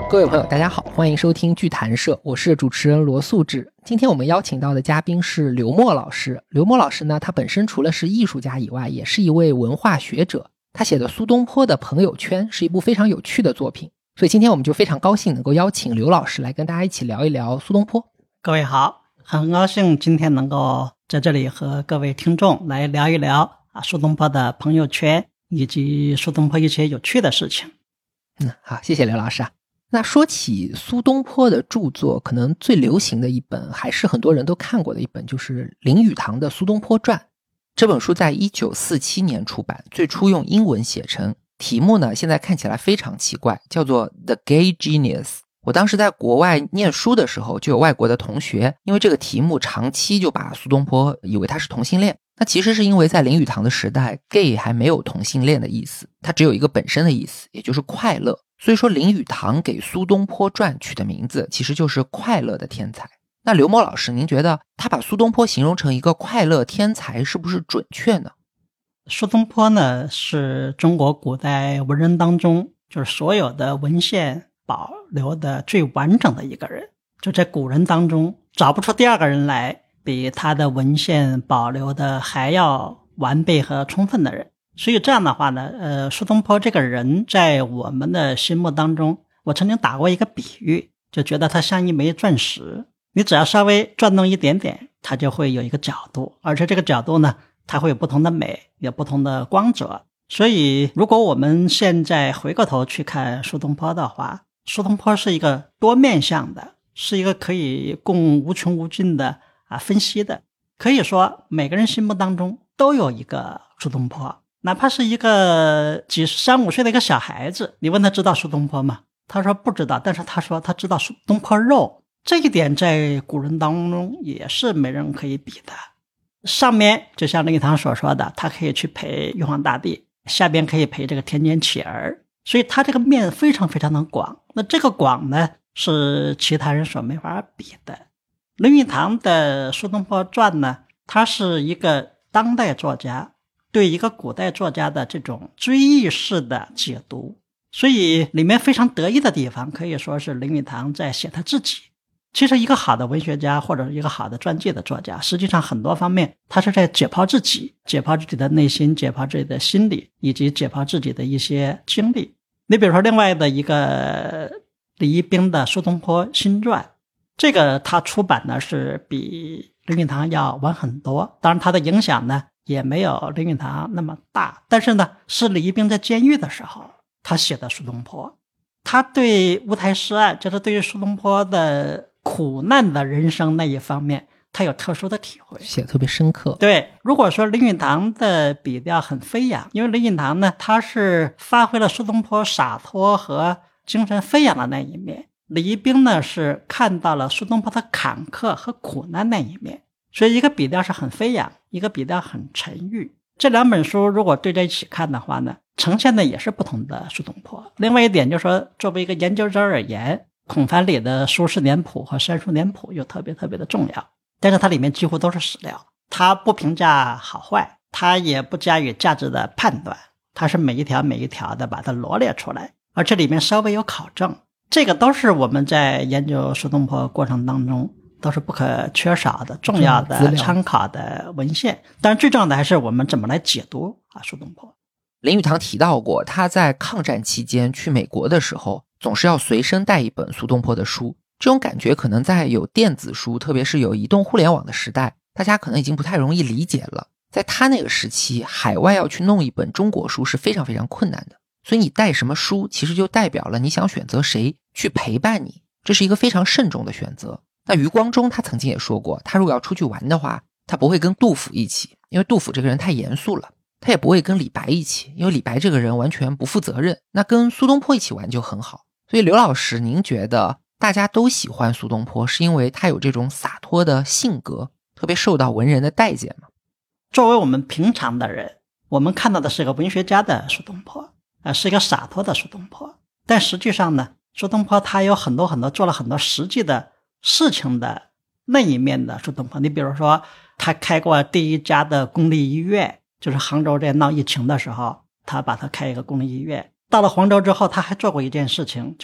各位朋友大家好，欢迎收听剧谈社，我是主持人罗素志。今天我们邀请到的嘉宾是刘墨老师。刘墨老师呢，他本身除了是艺术家以外，也是一位文化学者。他写的苏东坡的朋友圈是一部非常有趣的作品，所以今天我们就非常高兴能够邀请刘老师来跟大家一起聊一聊苏东坡。 各位好，很高兴今天能够在这里和各位听众来聊一聊苏东坡的朋友圈以及苏东坡一些有趣的事情。 好，谢谢刘老师啊。那说起苏东坡的著作，可能最流行的一本还是很多人都看过的一本，就是林语堂的《苏东坡传》。这本书在1947年出版，最初用英文写成，题目呢现在看起来非常奇怪，叫做 The Gay Genius。 我当时在国外念书的时候，就有外国的同学因为这个题目长期就把苏东坡以为他是同性恋。那其实是因为在林语堂的时代， gay 还没有同性恋的意思，它只有一个本身的意思，也就是快乐。所以说林语堂给苏东坡传取的名字其实就是快乐的天才。那刘墨老师，您觉得他把苏东坡形容成一个快乐天才是不是准确呢？ 苏东坡呢，是中国古代文人当中就是所有的文献保留的最完整的一个人，就在古人当中找不出第二个人来比他的文献保留的还要完备和充分的人。所以这样的话呢，苏东坡这个人在我们的心目当中，我曾经打过一个比喻，就觉得他像一枚钻石，你只要稍微转动一点点，它就会有一个角度，而且这个角度呢，它会有不同的美，有不同的光泽。所以如果我们现在回过头去看苏东坡的话，苏东坡是一个多面向的，是一个可以供无穷无尽的分析的。可以说每个人心目当中都有一个苏东坡，哪怕是一个3-5岁的一个小孩子，你问他知道苏东坡吗？他说不知道，但是他说他知道苏东坡肉，这一点在古人当中也是没人可以比的。上面就像林语堂所说的，他可以去陪玉皇大帝，下边可以陪这个田间乞儿，所以他这个面非常非常的广。那这个广呢，是其他人所没法比的。林语堂的苏东坡传呢，他是一个当代作家对一个古代作家的这种追忆式的解读，所以里面非常得意的地方可以说是林语堂在写他自己。其实一个好的文学家或者一个好的传记的作家，实际上很多方面他是在解剖自己，解剖自己的内心，解剖自己的心理，以及解剖自己的一些经历。你比如说另外的一个李一冰的《苏东坡新传》，这个他出版的是比林语堂要晚很多，当然他的影响呢也没有林语堂那么大，但是呢是李一冰在监狱的时候他写的苏东坡。他对乌台诗案，就是对于苏东坡的苦难的人生那一方面，他有特殊的体会， 写得特别深刻。 对，如果说林语堂的笔调很飞扬，因为林语堂呢，他是发挥了苏东坡洒脱和精神飞扬的那一面，李一冰呢是看到了苏东坡的坎坷和苦难那一面，所以一个笔调是很飞扬，一个笔调很沉郁。这两本书如果对在一起看的话呢，呈现的也是不同的苏东坡。另外一点就是说，作为一个研究者而言，孔繁里的苏轼年谱和三书年谱又特别特别的重要，但是它里面几乎都是史料，它不评价好坏，它也不加以价值的判断，它是每一条每一条的把它罗列出来，而这里面稍微有考证，这个都是我们在研究苏东坡过程当中都是不可缺少的重要的参考的文献。但是最重要的还是我们怎么来解读苏东坡。 林语堂提到过，他在抗战期间去美国的时候，总是要随身带一本苏东坡的书。这种感觉可能在有电子书，特别是有移动互联网的时代，大家可能已经不太容易理解了。在他那个时期，海外要去弄一本中国书是非常非常困难的，所以你带什么书其实就代表了你想选择谁去陪伴你，这是一个非常慎重的选择。那余光中他曾经也说过，他如果要出去玩的话，他不会跟杜甫一起，因为杜甫这个人太严肃了，他也不会跟李白一起，因为李白这个人完全不负责任。那跟苏东坡一起玩就很好。所以刘老师，您觉得大家都喜欢苏东坡是因为他有这种洒脱的性格，特别受到文人的待见吗？ 作为我们平常的人，我们看到的是个文学家的苏东坡，是一个洒脱的苏东坡。但实际上呢，苏东坡他有很多做了很多实际的事情的那一面的苏东坡。你比如说他开过第一家的公立医院，就是杭州在闹疫情的时候，他把它开一个公立医院。到了黄州之后，他还做过一件事情，就是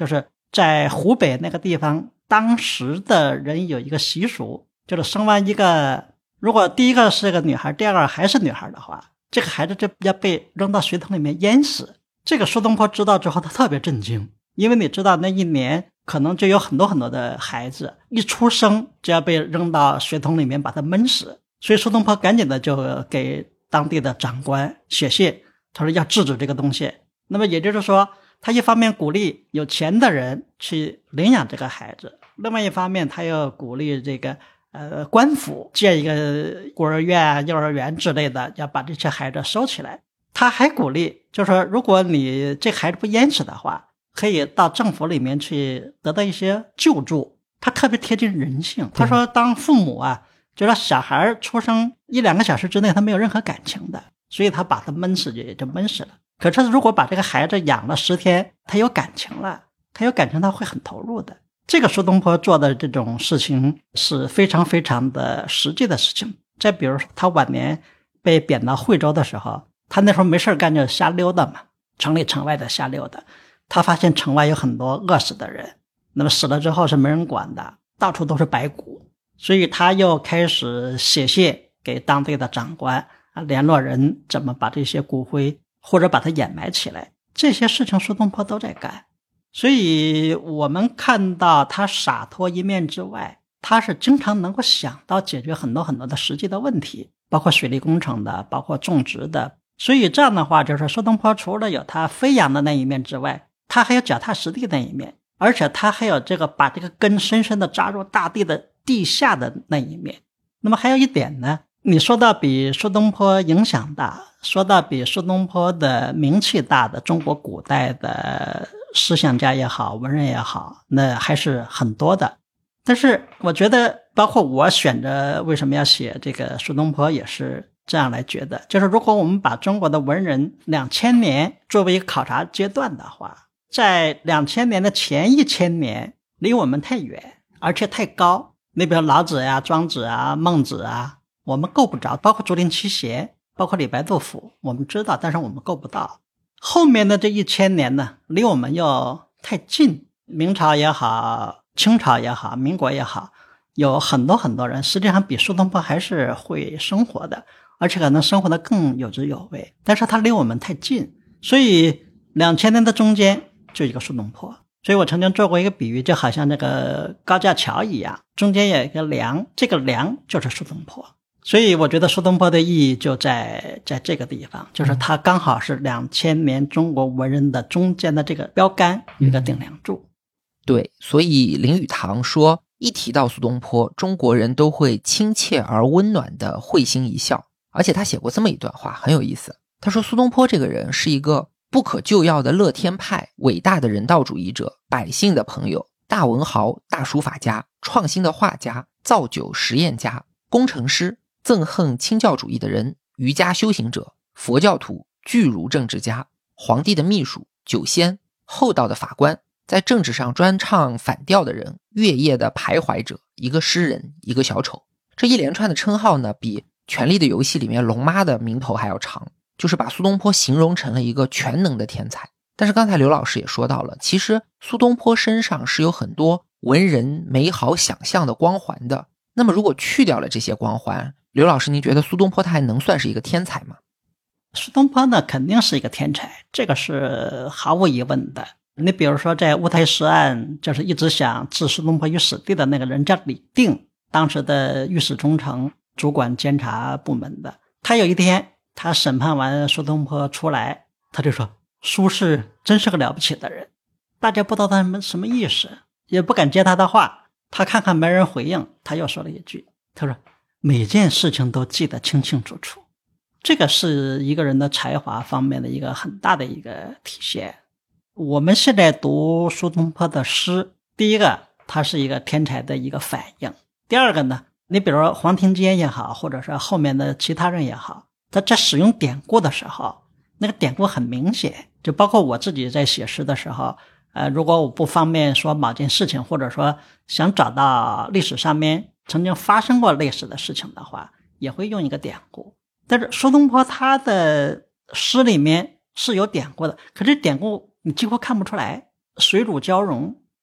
在湖北那个地方，当时的人有一个习俗，就是生完一个，如果第一个是个女孩，第二个还是女孩的话，这个孩子就要被扔到水桶里面淹死。这个苏东坡知道之后，他特别震惊，因为你知道那一年可能就有很多很多的孩子一出生就要被扔到水桶里面把他闷死，所以苏东坡赶紧的就给当地的长官写信，他说要制止这个东西。那么也就是说，他一方面鼓励有钱的人去领养这个孩子，另外一方面他又鼓励这个官府建一个孤儿院、幼儿园之类的，要把这些孩子收起来。他还鼓励，就是说如果你这孩子不淹死的话，可以到政府里面去得到一些救助。他特别贴近人性，他说当父母啊，就是小孩出生1-2个小时之内他没有任何感情的，所以他把他闷死也就闷死了。可是如果把这个孩子养了10天，他有感情了，他有感情他会很投入的。这个苏东坡做的这种事情是非常非常的实际的事情。再比如说他晚年被贬到惠州的时候，他那时候没事干就瞎溜达嘛，城里城外的瞎溜达。他发现城外有很多饿死的人，那么死了之后是没人管的，到处都是白骨，所以他又开始写信给当地的长官联络人怎么把这些骨灰或者把它掩埋起来。这些事情苏东坡都在干。所以我们看到他洒脱一面之外，他是经常能够想到解决很多很多的实际的问题，包括水利工程的，包括种植的。所以这样的话，就是苏东坡除了有他飞扬的那一面之外，他还有脚踏实地的那一面，而且他还有这个把这个根深深的扎入大地的地下的那一面。那么还有一点呢，你说到比苏东坡影响大，说到比苏东坡的名气大的中国古代的思想家也好，文人也好，那还是很多的。但是我觉得包括我选择为什么要写这个苏东坡也是这样来觉得，就是如果我们把中国的文人2000年作为一个考察阶段的话，在2000年的前1000年离我们太远，而且太高。你比如老子呀、庄子啊、孟子啊，我们够不着，包括竹林七贤，包括李白杜甫，我们知道，但是我们够不到。后面的这1000年呢，离我们又太近，明朝也好，清朝也好，民国也好，有很多很多人实际上比苏东坡还是会生活的，而且可能生活的更有滋有味，但是他离我们太近，所以2000年的中间就一个苏东坡。所以我曾经做过一个比喻，就好像那个高架桥一样，中间有一个梁，这个梁就是苏东坡。所以我觉得苏东坡的意义就在这个地方，就是他刚好是2000年中国文人的中间的这个标杆，一个顶梁柱。 对，所以林语堂说，一提到苏东坡，中国人都会亲切而温暖的会心一笑。而且他写过这么一段话，很有意思。他说苏东坡这个人是一个不可救药的乐天派，伟大的人道主义者，百姓的朋友，大文豪，大书法家，创新的画家，造酒实验家，工程师，憎恨清教主义的人，瑜伽修行者，佛教徒，巨儒政治家，皇帝的秘书，酒仙，厚道的法官，在政治上专唱反调的人，月夜的徘徊者，一个诗人，一个小丑。这一连串的称号呢，比《权力的游戏》里面龙妈的名头还要长，就是把苏东坡形容成了一个全能的天才。但是刚才刘老师也说到了，其实苏东坡身上是有很多文人美好想象的光环的。那么如果去掉了这些光环，刘老师您觉得苏东坡他还能算是一个天才吗？ 苏东坡呢肯定是一个天才，这个是毫无疑问的。你比如说在乌台诗案，就是一直想置苏东坡于死地的那个人叫李定，当时的御史中丞，主管监察部门的。他有一天他审判完苏东坡出来，他就说苏轼真是个了不起的人。大家不知道他什么意思，也不敢接他的话。他看看没人回应，他又说了一句，他说每件事情都记得清清楚楚。这个是一个人的才华方面的一个很大的一个体现。我们现在读苏东坡的诗，第一个他是一个天才的一个反应，第二个呢，你比如说黄庭坚也好，或者是后面的其他人也好，他在使用典故的时候，那个典故很明显，就包括我自己在写诗的时候，如果我不方便说某件事情，或者说想找到历史上面曾经发生过类似的事情的话，也会用一个典故。但是苏东坡他的诗里面是有典故的，可是典故你几乎看不出来，水乳交融，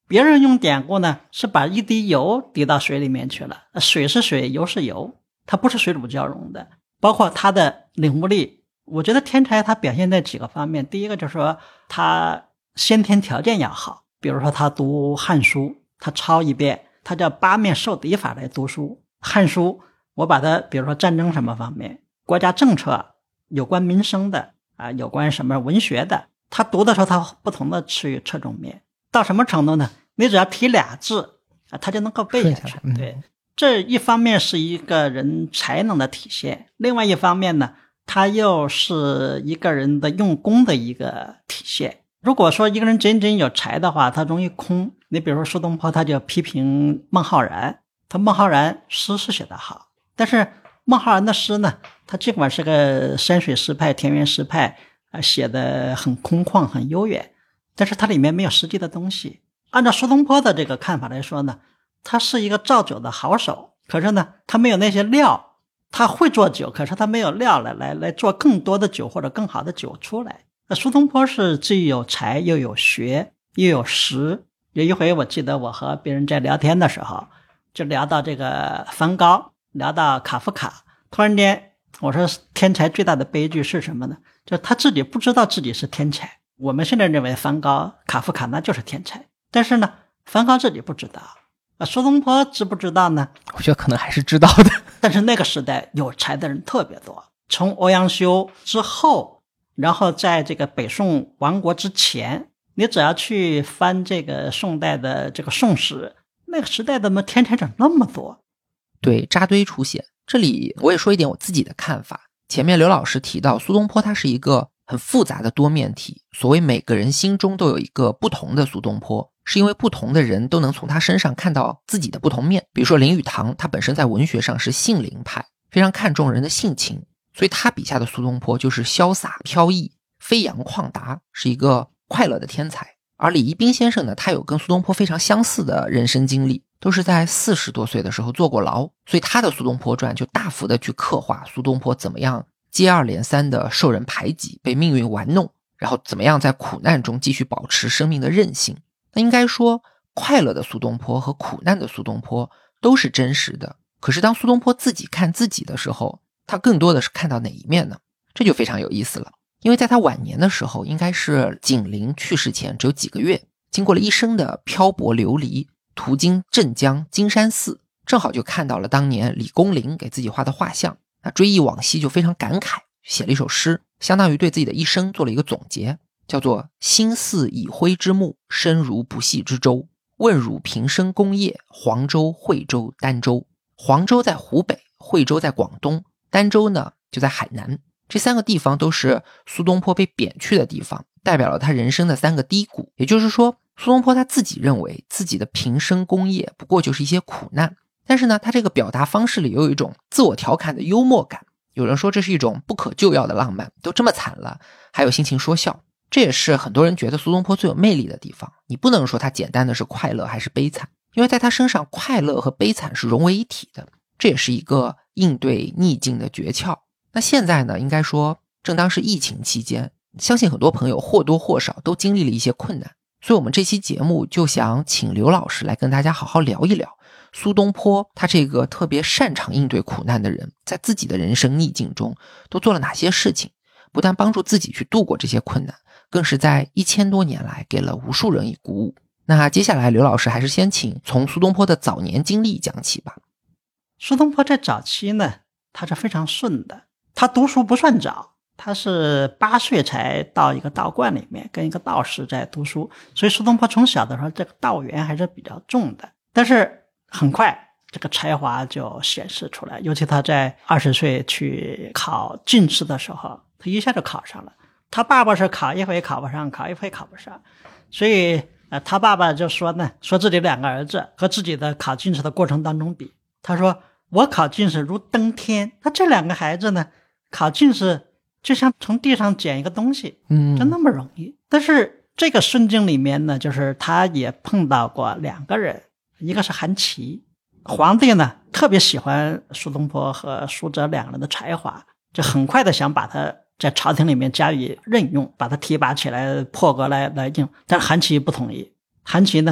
别人用典故呢是把一滴油滴到水里面去了，水是水，油是油，它不是水乳交融的。包括他的领悟力，我觉得天才他表现在几个方面。第一个就是说他先天条件要好，比如说他读汉书，他抄一遍，他叫八面受敌法来读书。汉书我把它比如说战争什么方面，国家政策，有关民生的有关什么文学的，他读的时候他不同的去侧重面，到什么程度呢？你只要提俩字他就能够背下去。对，这一方面是一个人才能的体现，另外一方面呢，他又是一个人的用功的一个体现。如果说一个人真正有才的话，他容易空。你比如说苏东坡，他就批评孟浩然，他孟浩然诗是写得好，但是孟浩然的诗呢，他尽管是个山水诗派、田园诗派写得很空旷很悠远，但是它里面没有实际的东西。按照苏东坡的这个看法来说呢，他是一个造酒的好手，可是呢他没有那些料，他会做酒，可是他没有料来做更多的酒或者更好的酒出来。苏东坡是既有才又有学又有识。有一回我记得我和别人在聊天的时候，就聊到这个梵高，聊到卡夫卡，突然间我说天才最大的悲剧是什么呢？就是他自己不知道自己是天才。我们现在认为梵高、卡夫卡那就是天才，但是呢梵高自己不知道。苏东坡知不知道呢？ 我觉得可能还是知道的。 但是那个时代有才的人特别多，从欧阳修之后，然后在这个北宋亡国之前，你只要去翻这个宋代的这个宋史，那个时代的天才者那么多。 对，扎堆出现。这里我也说一点我自己的看法。前面刘老师提到苏东坡他是一个很复杂的多面体，所谓每个人心中都有一个不同的苏东坡，是因为不同的人都能从他身上看到自己的不同面。比如说林语堂，他本身在文学上是性灵派，非常看重人的性情，所以他笔下的苏东坡就是潇洒飘逸、飞扬旷达，是一个快乐的天才。而李一冰先生呢，他有跟苏东坡非常相似的人生经历，都是在40多岁的时候坐过牢，所以他的苏东坡传就大幅的去刻画苏东坡怎么样接二连三的受人排挤，被命运玩弄，然后怎么样在苦难中继续保持生命的韧性。那应该说快乐的苏东坡和苦难的苏东坡都是真实的，可是当苏东坡自己看自己的时候，他更多的是看到哪一面呢？这就非常有意思了。因为在他晚年的时候，应该是景陵去世前只有几个月，经过了一生的漂泊流离，途经镇江、金山寺，正好就看到了当年李公麟给自己画的画像，那追忆往昔就非常感慨，写了一首诗，相当于对自己的一生做了一个总结，叫做心似已灰之木，身如不系之舟，问汝平生功业，黄州、惠州、儋州。黄州在湖北，惠州在广东，儋州呢就在海南。这3个地方都是苏东坡被贬去的地方，代表了他人生的3个低谷。也就是说，苏东坡他自己认为自己的平生功业不过就是一些苦难，但是呢，他这个表达方式里有一种自我调侃的幽默感。有人说这是一种不可救药的浪漫，都这么惨了，还有心情说笑。这也是很多人觉得苏东坡最有魅力的地方。你不能说他简单的是快乐还是悲惨，因为在他身上快乐和悲惨是融为一体的，这也是一个应对逆境的诀窍。那现在呢，应该说正当是疫情期间，相信很多朋友或多或少都经历了一些困难，所以我们这期节目就想请刘老师来跟大家好好聊一聊苏东坡他这个特别擅长应对苦难的人，在自己的人生逆境中都做了哪些事情，不但帮助自己去度过这些困难，更是在1000多年来给了无数人以鼓舞。那接下来刘老师还是先请从苏东坡的早年经历讲起吧。 苏东坡在早期呢，他是非常顺的，他读书不算早，他是8岁才到一个道观里面跟一个道士在读书，所以苏东坡从小的时候这个道缘还是比较重的。但是很快这个才华就显示出来，尤其他在20岁去考进士的时候，他一下就考上了。他爸爸是考一回考不上，考一回考不上，所以他爸爸就说呢，说自己2个儿子和自己的考进士的过程当中比，他说我考进士如登天，他这2个孩子呢考进士就像从地上捡一个东西，就那么容易。但是这个顺境里面呢，就是他也碰到过2个人，一个是韩琦。皇帝呢特别喜欢苏东坡和苏辙2个人的才华，就很快的想把他在朝廷里面加以任用，把他提拔起来破格来用。但是韩琦不同意，韩琦呢就是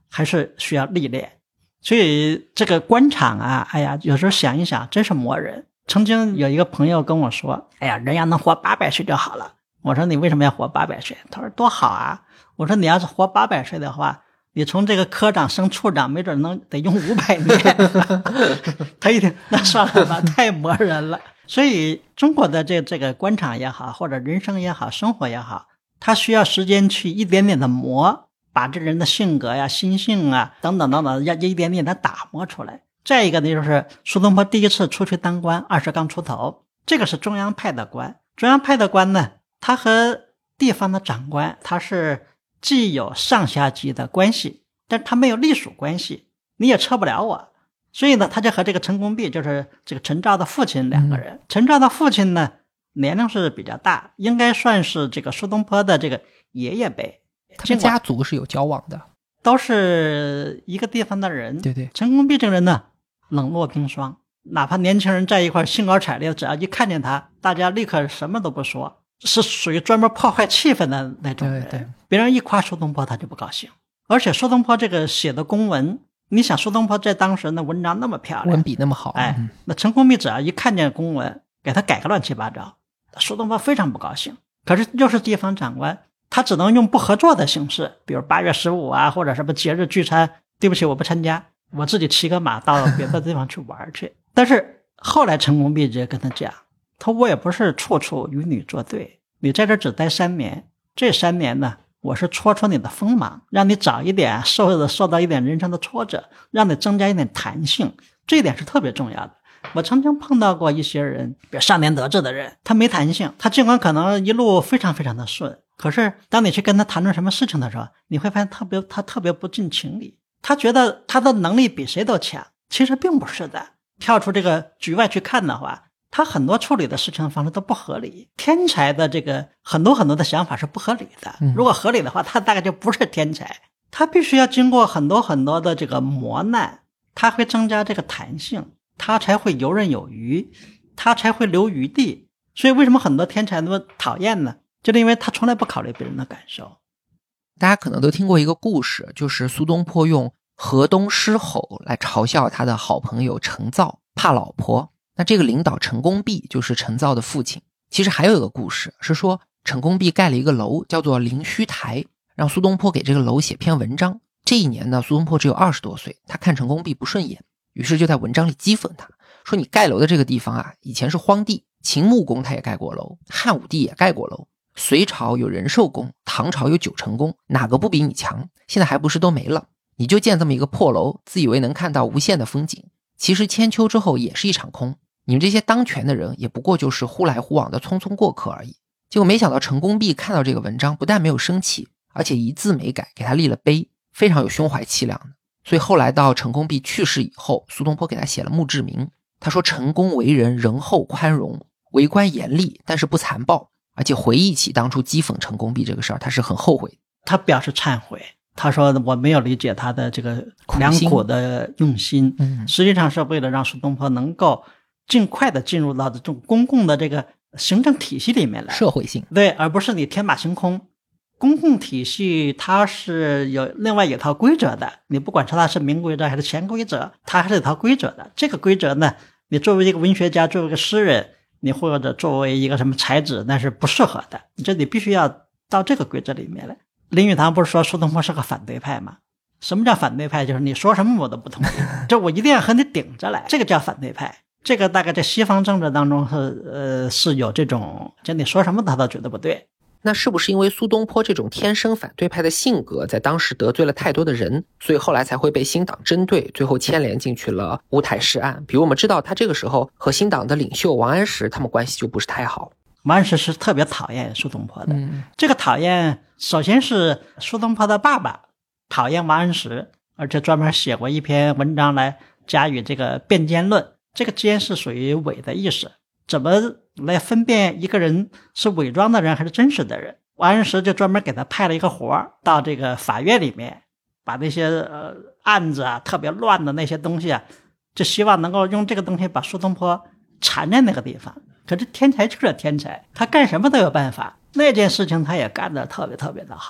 还是需要历练。所以这个官场啊，哎呀，有时候想一想真是磨人。曾经有一个朋友跟我说，哎呀，人要能活800岁就好了。我说你为什么要活800岁？他说多好啊。我说你要是活800岁的话，你从这个科长升处长没准得用500年。他一听那算了吧，太磨人了。所以中国的这个官场也好，或者人生也好，生活也好，他需要时间去一点点的磨，把这人的性格呀、心性啊等等等等，要一点点的打磨出来。再一个呢，就是苏东坡第一次出去当官，20刚出头，这个是中央派的官。中央派的官呢，他和地方的长官，他是既有上下级的关系，但他没有隶属关系，你也撤不了我。所以呢，他就和这个陈公弼，就是这个陈照的父亲两个人。陈照的父亲呢，年龄是比较大，应该算是这个苏东坡的这个爷爷辈。 他们家族是有交往的， 都是一个地方的人。 对对。 陈公弼这个人呢，冷若冰霜，哪怕年轻人在一块兴高采烈，只要一看见他，大家立刻什么都不说，是属于专门破坏气氛的那种人。 对对， 别人一夸苏东坡他就不高兴。而且苏东坡这个写的公文，你想苏东坡在当时的文章那么漂亮， 文笔那么好， 那陈公弼只要一看见公文，给他改个乱七八糟，苏东坡非常不高兴。可是又是地方长官，他只能用不合作的形式，比如8月15啊，或者什么节日聚餐，对不起我不参加，我自己骑个马到别的地方去玩去。但是后来陈公弼就跟他讲，他我也不是处处与你作对，你在这只待3年，这3年呢，我是戳出你的锋芒，让你早一点受到一点人生的挫折，让你增加一点弹性，这一点是特别重要的。我曾经碰到过一些人，比如少年得志的人，他没弹性，他尽管可能一路非常非常的顺，可是当你去跟他谈论什么事情的时候，你会发现他特别不近情理，他觉得他的能力比谁都强，其实并不是的。跳出这个局外去看的话，他很多处理的事情的方式都不合理。天才的这个很多的想法是不合理的，如果合理的话，他大概就不是天才。他必须要经过很多的这个磨难，他会增加这个弹性，他才会游刃有余，他才会留余地。所以为什么很多天才那么讨厌呢？就是因为他从来不考虑别人的感受。 大家可能都听过一个故事，就是苏东坡用河东狮吼来嘲笑他的好朋友陈造怕老婆。那这个领导陈公弼就是陈造的父亲。其实还有一个故事是说，陈公弼盖了一个楼叫做灵虚台，让苏东坡给这个楼写篇文章。这一年呢，苏东坡只有20多岁，他看陈公弼不顺眼，于是就在文章里讥讽他，说你盖楼的这个地方啊，以前是荒地，秦穆公他也盖过楼，汉武帝也盖过楼，隋朝有仁寿宫，唐朝有九成宫，哪个不比你强？现在还不是都没了？你就建这么一个破楼，自以为能看到无限的风景，其实千秋之后也是一场空。你们这些当权的人也不过就是忽来忽往的匆匆过客而已。结果没想到陈公弼看到这个文章，不但没有生气，而且一字没改，给他立了碑，非常有胸怀气量的。所以后来到陈公弼去世以后，苏东坡给他写了墓志铭，他说陈公为人仁厚宽容，为官严厉，但是不残暴。而且回忆起当初讥讽陈公弼这个事儿，他是很后悔。 他表示忏悔，他说我没有理解他的这个良苦的用心，实际上是为了让苏东坡能够尽快的进入到这种公共的这个行政体系里面来， 社会性， 对，而不是你天马行空。公共体系它是有另外一套规则的，你不管它是明规则还是潜规则，它还是有套规则的。这个规则呢，你作为一个文学家，作为一个诗人，你或者作为一个什么才子，那是不适合的，你必须要到这个规则里面来。林语堂不是说苏东坡是个反对派吗？什么叫反对派？就是你说什么我都不同意，这我一定要和你顶着来，这个叫反对派。这个大概在西方政治当中是有这种，就你说什么他都觉得不对。 那是不是因为苏东坡这种天生反对派的性格，在当时得罪了太多的人，所以后来才会被新党针对，最后牵连进去了乌台诗案？比如我们知道他这个时候和新党的领袖王安石他们关系就不是太好。 王安石是特别讨厌苏东坡的，这个讨厌首先是苏东坡的爸爸讨厌王安石，而且专门写过一篇文章来加以这个辩奸论。这个奸是属于伪的意思，怎么来分辨一个人是伪装的人还是真实的人？王安石就专门给他派了一个活，到这个法院里面把那些案子啊特别乱的那些东西啊，就希望能够用这个东西把苏东坡缠在那个地方。可是天才就是天才，他干什么都有办法，那件事情他也干得特别特别的好。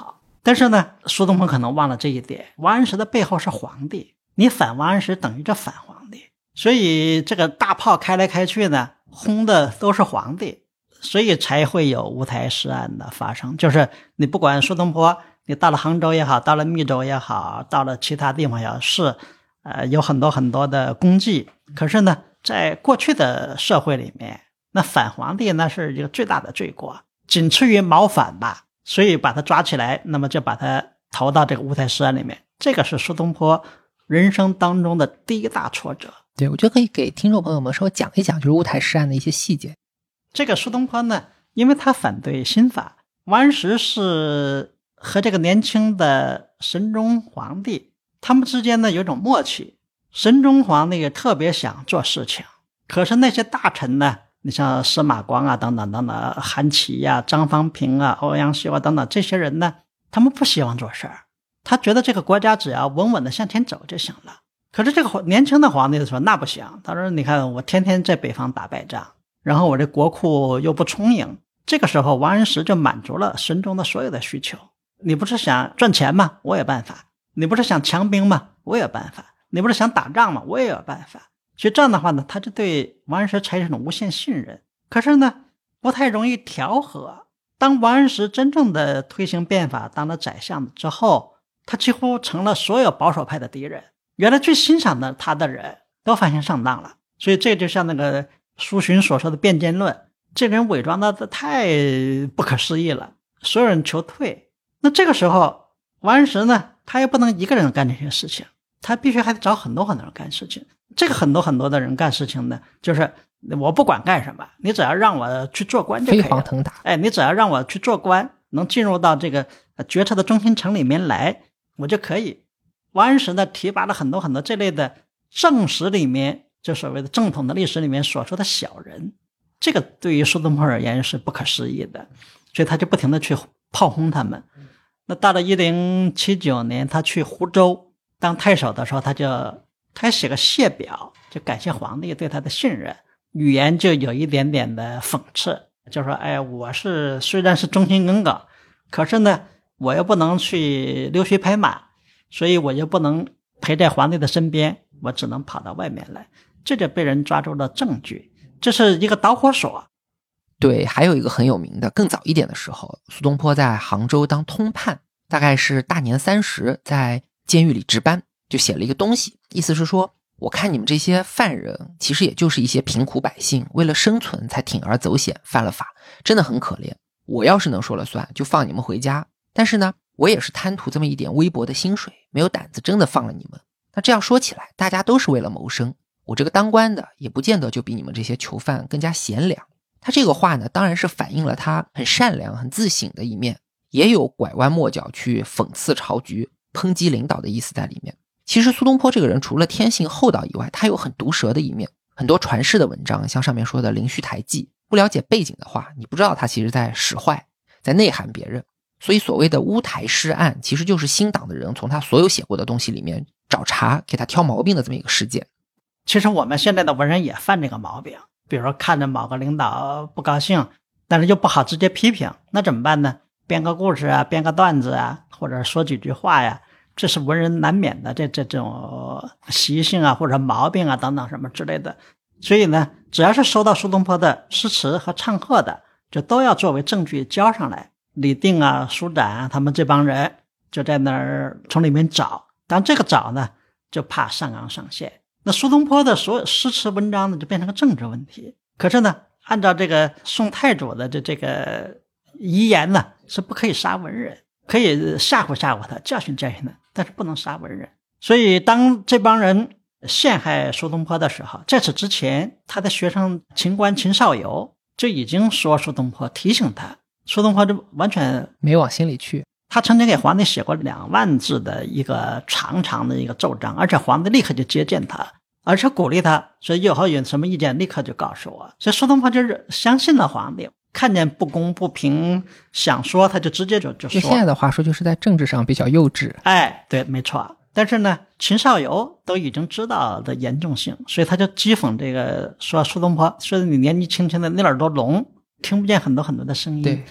但是呢，苏东坡可能忘了这一点，王安石的背后是皇帝，你反王安石等于这反皇帝，所以这个大炮开来开去呢，轰的都是皇帝，所以才会有乌台诗案的发生。就是你不管苏东坡，你到了杭州也好，到了密州也好，到了其他地方也好，是有很多很多的功绩，可是呢，在过去的社会里面，那反皇帝那是一个最大的罪过，仅次于谋反吧。所以把他抓起来，那么就把他投到这个乌台诗案里面。这个是苏东坡人生当中的第一大挫折。 对，我觉得可以给听众朋友们稍微讲一讲，就是乌台诗案的一些细节。 这个苏东坡呢，因为他反对新法，王安石是和这个年轻的神宗皇帝，他们之间呢有一种默契。神宗皇帝也特别想做事情，可是那些大臣呢，你像司马光啊等等等等，韩琦啊、张方平啊、欧阳修啊等等这些人呢，他们不希望做事儿，他觉得这个国家只要稳稳的向前走就行了。可是这个年轻的皇帝说那不行，他说你看我天天在北方打败仗，然后我这国库又不充盈。这个时候王安石就满足了神宗的所有的需求。你不是想赚钱吗？我有办法。你不是想强兵吗？我有办法。你不是想打仗吗？我也有办法。所以这样的话呢，他就对王安石产生了无限信任。可是呢，不太容易调和。当王安石真正的推行变法，当了宰相之后，他几乎成了所有保守派的敌人。原来最欣赏的他的人都发现上当了。所以这就像那个苏洵所说的变奸论，这人伪装的太不可思议了，所有人求退。那这个时候王安石呢，他也不能一个人干这些事情，他必须还得找很多很多人干事情。这个很多很多的人干事情呢，就是我不管干什么，你只要让我去做官就可以了。 飞黄腾达。 你只要让我去做官，能进入到这个决策的中心层里面来，我就可以。王安石呢，提拔了很多很多这类的正史里面，就所谓的正统的历史里面所说的小人，这个对于苏东坡而言是不可思议的，所以他就不停的去炮轰他们。那到了1079年，他去湖州当太守的时候，他写个谢表，就感谢皇帝对他的信任，语言就有一点点的讽刺，就说我虽然是忠心耿耿，可是呢我又不能去溜须拍马，所以我又不能陪在皇帝的身边，我只能跑到外面来。这就被人抓住了证据，这是一个导火索。 对，还有一个很有名的，更早一点的时候，苏东坡在杭州当通判，大概是大年30，在监狱里值班，就写了一个东西，意思是说，我看你们这些犯人其实也就是一些贫苦百姓，为了生存才铤而走险犯了法，真的很可怜。我要是能说了算，就放你们回家，但是呢，我也是贪图这么一点微薄的薪水，没有胆子真的放了你们。那这样说起来，大家都是为了谋生，我这个当官的也不见得就比你们这些囚犯更加贤良。他这个话呢，当然是反映了他很善良很自省的一面，也有拐弯抹角去讽刺朝局抨击领导的意思在里面。其实苏东坡这个人除了天性厚道以外，他有很毒舌的一面，很多传世的文章，像上面说的《灵虚台记》，不了解背景的话，你不知道他其实在使坏，在内涵别人。所以所谓的乌台诗案，其实就是新党的人从他所有写过的东西里面找茬给他挑毛病的这么一个事件。 其实我们现在的文人也犯这个毛病，比如说看着某个领导不高兴，但是又不好直接批评，那怎么办呢？编个故事啊，编个段子啊，或者说几句话呀，这是文人难免的这种习性啊，或者毛病啊等等什么之类的。所以呢，只要是收到苏东坡的诗词和唱和的，就都要作为证据交上来。李定啊、舒展啊，他们这帮人就在那儿从里面找，但这个找呢，就怕上纲上线。那苏东坡的所有诗词文章呢，就变成个政治问题。可是呢，按照这个宋太祖的这个遗言呢，是不可以杀文人，可以吓唬吓唬他，教训教训他，但是不能杀文人。所以当这帮人陷害苏东坡的时候，在此之前，他的学生秦观秦少游就已经说苏东坡，提醒他，苏东坡就完全没往心里去。 他曾经给皇帝写过2万字的一个长长的一个奏章，而且皇帝立刻就接见他，而且鼓励他，所以以后有什么意见立刻就告诉我。所以苏东坡就是相信了皇帝，看见不公不平想说他就直接就说。 现在的话说就是在政治上比较幼稚。 对，没错。但是呢，秦少游都已经知道的严重性，所以他就讥讽这个说苏东坡，说你年纪轻轻的，你耳朵聋，听不见很多很多的声音。 对，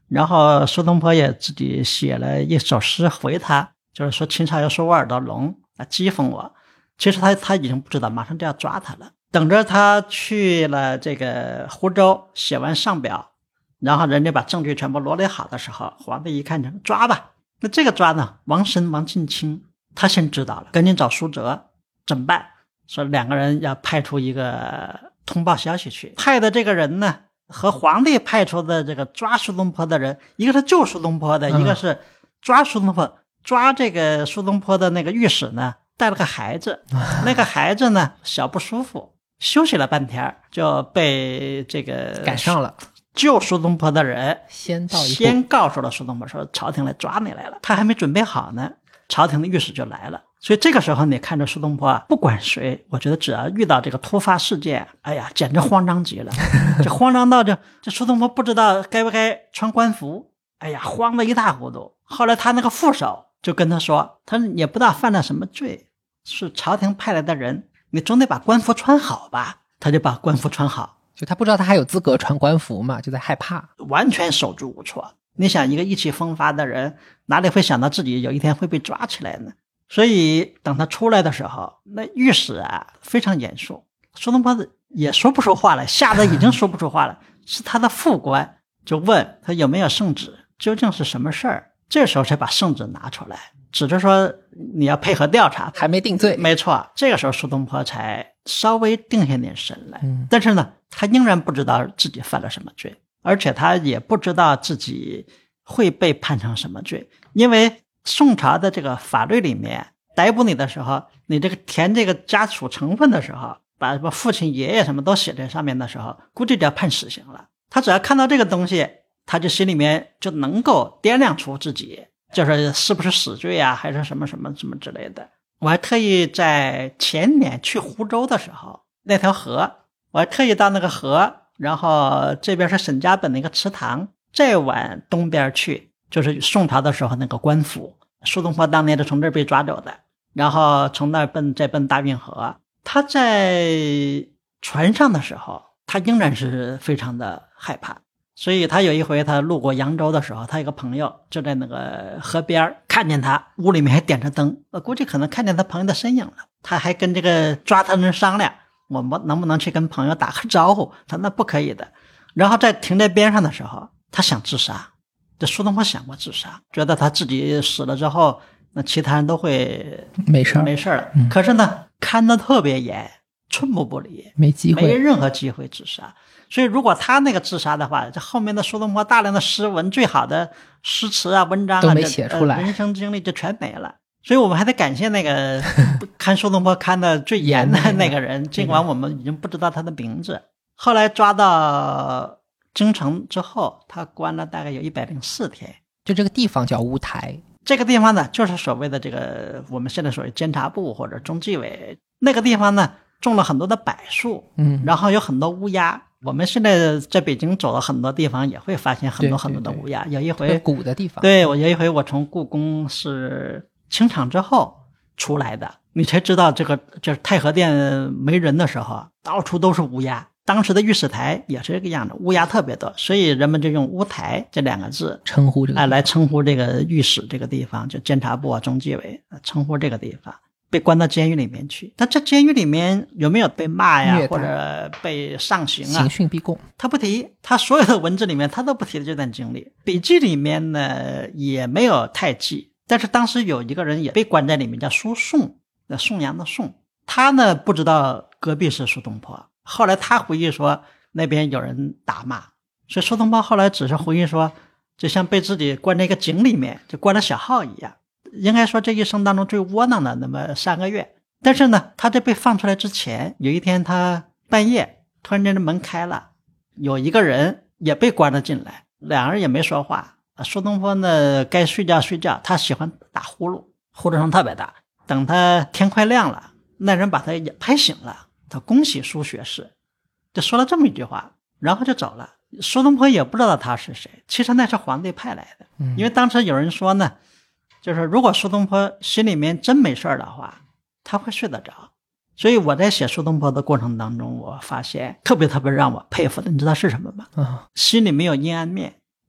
然后苏东坡也自己写了一首诗回他，就是说秦朝有首我耳朵聋讥讽我。其实他已经不知道马上就要抓他了。等着他去了这个湖州，写完上表，然后人家把证据全部罗列好的时候，皇帝一看成抓吧。那这个抓呢，王申、王近清他先知道了，赶紧找苏辙怎么办？说2个人要派出一个通报消息去。派的这个人呢，和皇帝派出的这个抓苏东坡的人，一个是救苏东坡的，一个是抓苏东坡。抓这个苏东坡的那个御史呢，带了个孩子，那个孩子呢小不舒服，休息了半天，就被这个赶上了。 救苏东坡的人先告诉了苏东坡，说朝廷来抓你来了。他还没准备好呢，朝廷的御史就来了。所以这个时候你看着苏东坡不管谁，我觉得只要遇到这个突发事件，哎呀，简直慌张极了。这慌张到这苏东坡不知道该不该穿官服，哎呀，慌得一塌糊涂。后来他那个副手就跟他说，他说也不知道犯了什么罪，是朝廷派来的人，你总得把官服穿好吧。他就把官服穿好， 就他不知道他还有资格穿官服嘛，就在害怕， 完全手足无措。你想一个意气风发的人，哪里会想到自己有一天会被抓起来呢？所以等他出来的时候，那御史啊非常严肃，苏东坡也说不出话来，吓得已经说不出话了。是他的副官就问他有没有圣旨，究竟是什么事儿。这时候才把圣旨拿出来，指着说你要配合调查， 还没定罪。 没错，这个时候苏东坡才稍微定下点神来。但是呢，他仍然不知道自己犯了什么罪，而且他也不知道自己会被判成什么罪。因为宋朝的这个法律里面，逮捕你的时候，你这个填这个家属成分的时候，把什么父亲爷爷什么都写在上面的时候，估计就要判死刑了。他只要看到这个东西，他就心里面就能够掂量出自己就是是不是死罪啊，还是什么什么什么之类的。我还特意在前年去湖州的时候，那条河我还特意到那个河，然后这边是沈家本的一个祠堂，再往东边去就是宋朝的时候那个官府，苏东坡当年就从这儿被抓走的，然后从那儿再奔大运河。他在船上的时候，他仍然是非常的害怕。所以他有一回他路过扬州的时候，他有个朋友就在那个河边看见他屋里面还点着灯，我估计可能看见他朋友的身影了。他还跟这个抓他人商量，我们能不能去跟朋友打个招呼，他那不可以的。然后在停在边上的时候，他想自杀。这苏东坡想过自杀，觉得他自己死了之后，那其他人都会没事了。可是呢，看得特别严，寸步不离， 没机会， 没任何机会自杀。所以如果他那个自杀的话，这后面的苏东坡大量的诗文，最好的诗词啊、文章啊都没写出来， 人生经历就全没了。所以我们还得感谢那个看苏东坡看的最严的那个人，尽管我们已经不知道他的名字。后来抓到京城之后，他关了大概有104天。 就这个地方叫乌台， 这个地方呢，就是所谓的这个我们现在所谓监察部或者中纪委。那个地方呢，种了很多的柏树，然后有很多乌鸦。我们现在在北京走了很多地方，也会发现很多很多的乌鸦。有一回古的地方， 对，我有一回我从故宫是清场之后出来的，你才知道这个就是太和殿没人的时候，到处都是乌鸦。当时的御史台也是这个样的，乌鸦特别多，所以人们就用乌台这2个字称呼这个来称呼这个御史这个地方，就监察部啊、中纪委称呼这个地方。被关到监狱里面去，但这监狱里面有没有被骂呀，或者被上刑啊？ 刑讯逼供， 他不提，他所有的文字里面他都不提的这段经历。笔记里面呢也没有太记，但是当时有一个人也被关在里面，叫苏颂，那颂扬的颂。他呢不知道隔壁是苏东坡，后来他回忆说那边有人打骂，所以苏东坡后来只是回忆说，就像被自己关在一个井里面，就关了小号一样。应该说这一生当中最窝囊的那么3个月。但是呢，他在被放出来之前，有一天他半夜突然间的门开了，有一个人也被关了进来，2人也没说话。苏东坡呢该睡觉睡觉，他喜欢打呼噜，呼噜声特别大。等他天快亮了，那人把他也拍醒了，他恭喜苏学士，就说了这么一句话，然后就走了。苏东坡也不知道他是谁，其实那是皇帝派来的。因为当时有人说呢，就是如果苏东坡心里面真没事的话，他会睡得着。所以我在写苏东坡的过程当中，我发现特别特别让我佩服的，你知道是什么吗？心里没有阴暗面，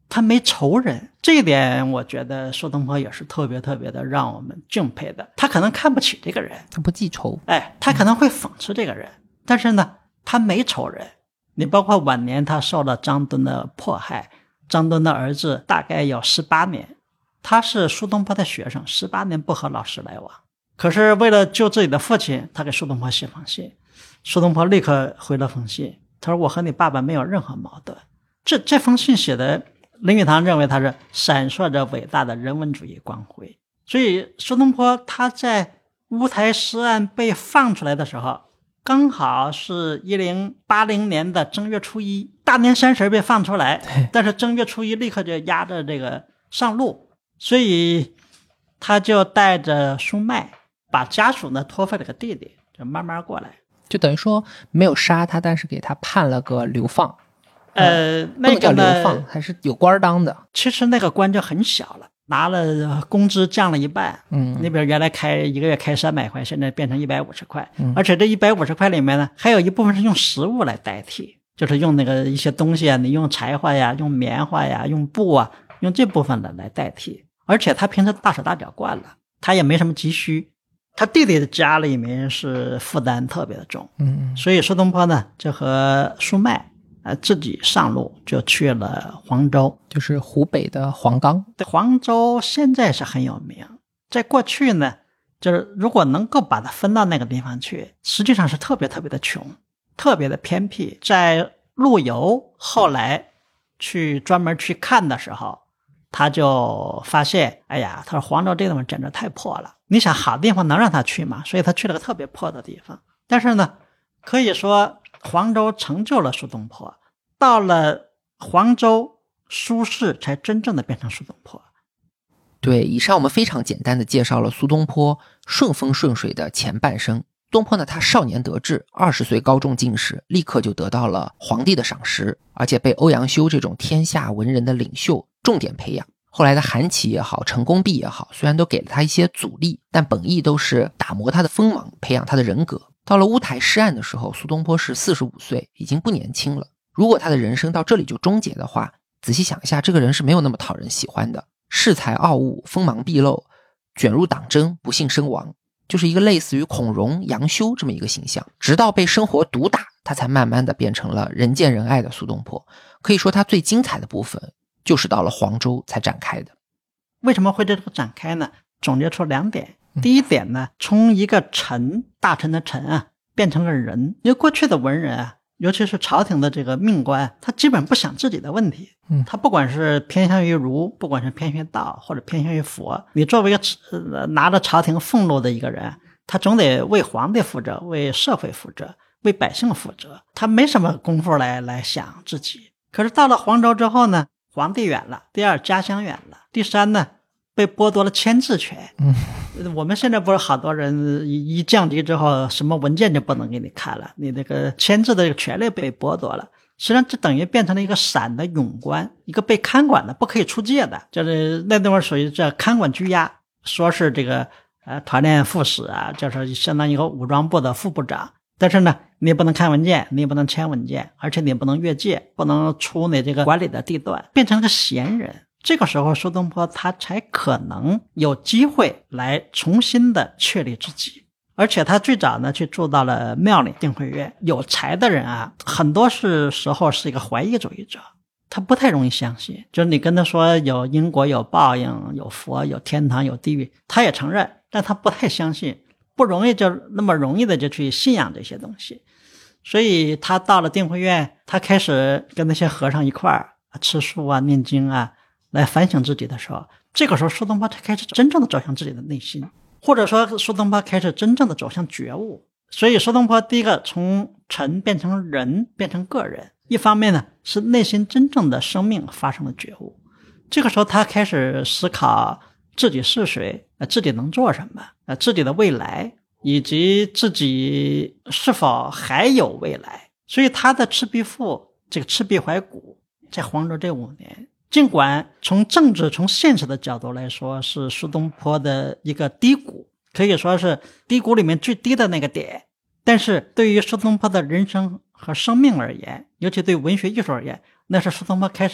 他没仇人，这一点我觉得苏东坡也是特别特别的让我们敬佩的。他可能看不起这个人， 他不记仇， 他可能会讽刺这个人，但是呢，他没仇人。你包括晚年他受了张敦的迫害，张敦的儿子大概有18年，他是苏东坡的学生，18年不和老师来往。可是为了救自己的父亲，他给苏东坡写封信，苏东坡立刻回了封信，他说我和你爸爸没有任何矛盾。这封信写的，林语堂认为他是闪烁着伟大的人文主义光辉。所以苏东坡他在乌台诗案被放出来的时候，刚好是1080年的正月初一，大年30被放出来，但是正月初一立刻就压着这个上路，所以他就带着苏迈把家属呢托付了个弟弟，就慢慢过来， 就等于说没有杀他，但是给他判了个流放。 那个呢，流放还是有官当的。 其实那个官就很小了，拿了工资降了一半。那边原来一个月开300块，现在变成150块。而且这150块里面呢，还有一部分是用食物来代替，就是用那个一些东西啊，你用柴花呀，用棉花呀，用布啊，用这部分的来代替。而且他平时大手大脚惯了，他也没什么急需。他弟弟的家里面是负担特别的重。所以苏东坡呢就和苏迈自己上路，就去了黄州， 就是湖北的黄冈。 黄州现在是很有名，在过去呢，就是如果能够把它分到那个地方去，实际上是特别特别的穷，特别的偏僻。在陆游后来专门去看的时候，他就发现，哎呀，他说黄州这地方简直太破了，你想好地方能让他去吗？所以他去了个特别破的地方。但是呢，可以说黄州成就了苏东坡，到了黄州，苏轼才真正的变成苏东坡。 对，以上我们非常简单的介绍了苏东坡顺风顺水的前半生。东坡呢，他少年得志，20岁高中进士，立刻就得到了皇帝的赏识，而且被欧阳修这种天下文人的领袖重点培养。后来的韩琦也好，陈公弼也好，虽然都给了他一些阻力，但本意都是打磨他的锋芒，培养他的人格。到了乌台诗案的时候，苏东坡是45岁，已经不年轻了。如果他的人生到这里就终结的话，仔细想一下，这个人是没有那么讨人喜欢的，恃才傲物，锋芒毕露，卷入党争，不幸身亡，就是一个类似于孔融、杨修这么一个形象。直到被生活毒打，他才慢慢的变成了人见人爱的苏东坡。可以说他最精彩的部分就是到了黄州才展开的。 为什么会这个展开呢？总结出2点。第一点呢，从一个臣，大臣的臣啊，变成了人。因为过去的文人啊，尤其是朝廷的这个命官，他基本不想自己的问题。他不管是偏向于儒，不管是偏向于道，或者偏向于佛，你作为一个拿着朝廷俸禄的一个人，他总得为皇帝负责，为社会负责，为百姓负责，他没什么功夫来想自己。可是到了黄州之后呢，皇帝远了，第二家乡远了，第三呢，被剥夺了签字权。我们现在不是好多人一降级之后，什么文件就不能给你看了，你那个签字的权利被剥夺了。实际上这等于变成了一个散的冗官，一个被看管的，不可以出界的，就是那地方属于这看管拘押，说是这个团练副使啊，就是相当于一个武装部的副部长。但是呢，你也不能看文件，你也不能签文件，而且你也不能越界，不能出你这个管理的地段，变成了个闲人。这个时候苏东坡他才可能有机会来重新的确立自己。而且他最早呢去住到了庙里定慧院。有才的人啊，很多时候是一个怀疑主义者，他不太容易相信，就是你跟他说有因果有报应，有佛有天堂有地狱，他也承认，但他不太相信，不容易就那么容易的就去信仰这些东西。所以他到了定慧院，他开始跟那些和尚一块儿吃素啊念经啊，来反省自己的时候，这个时候苏东坡才开始真正的走向自己的内心，或者说苏东坡开始真正的走向觉悟。所以苏东坡第一个从臣变成人，变成个人，一方面呢是内心真正的生命发生了觉悟。这个时候他开始思考自己是谁，自己能做什么，自己的未来，以及自己是否还有未来。所以他的《赤壁赋》这个《赤壁怀古》在黄州这5年，尽管从政治从现实的角度来说是苏东坡的一个低谷，可以说是低谷里面最低的那个点，但是对于苏东坡的人生和生命而言，尤其对文学艺术而言，那是苏东坡开始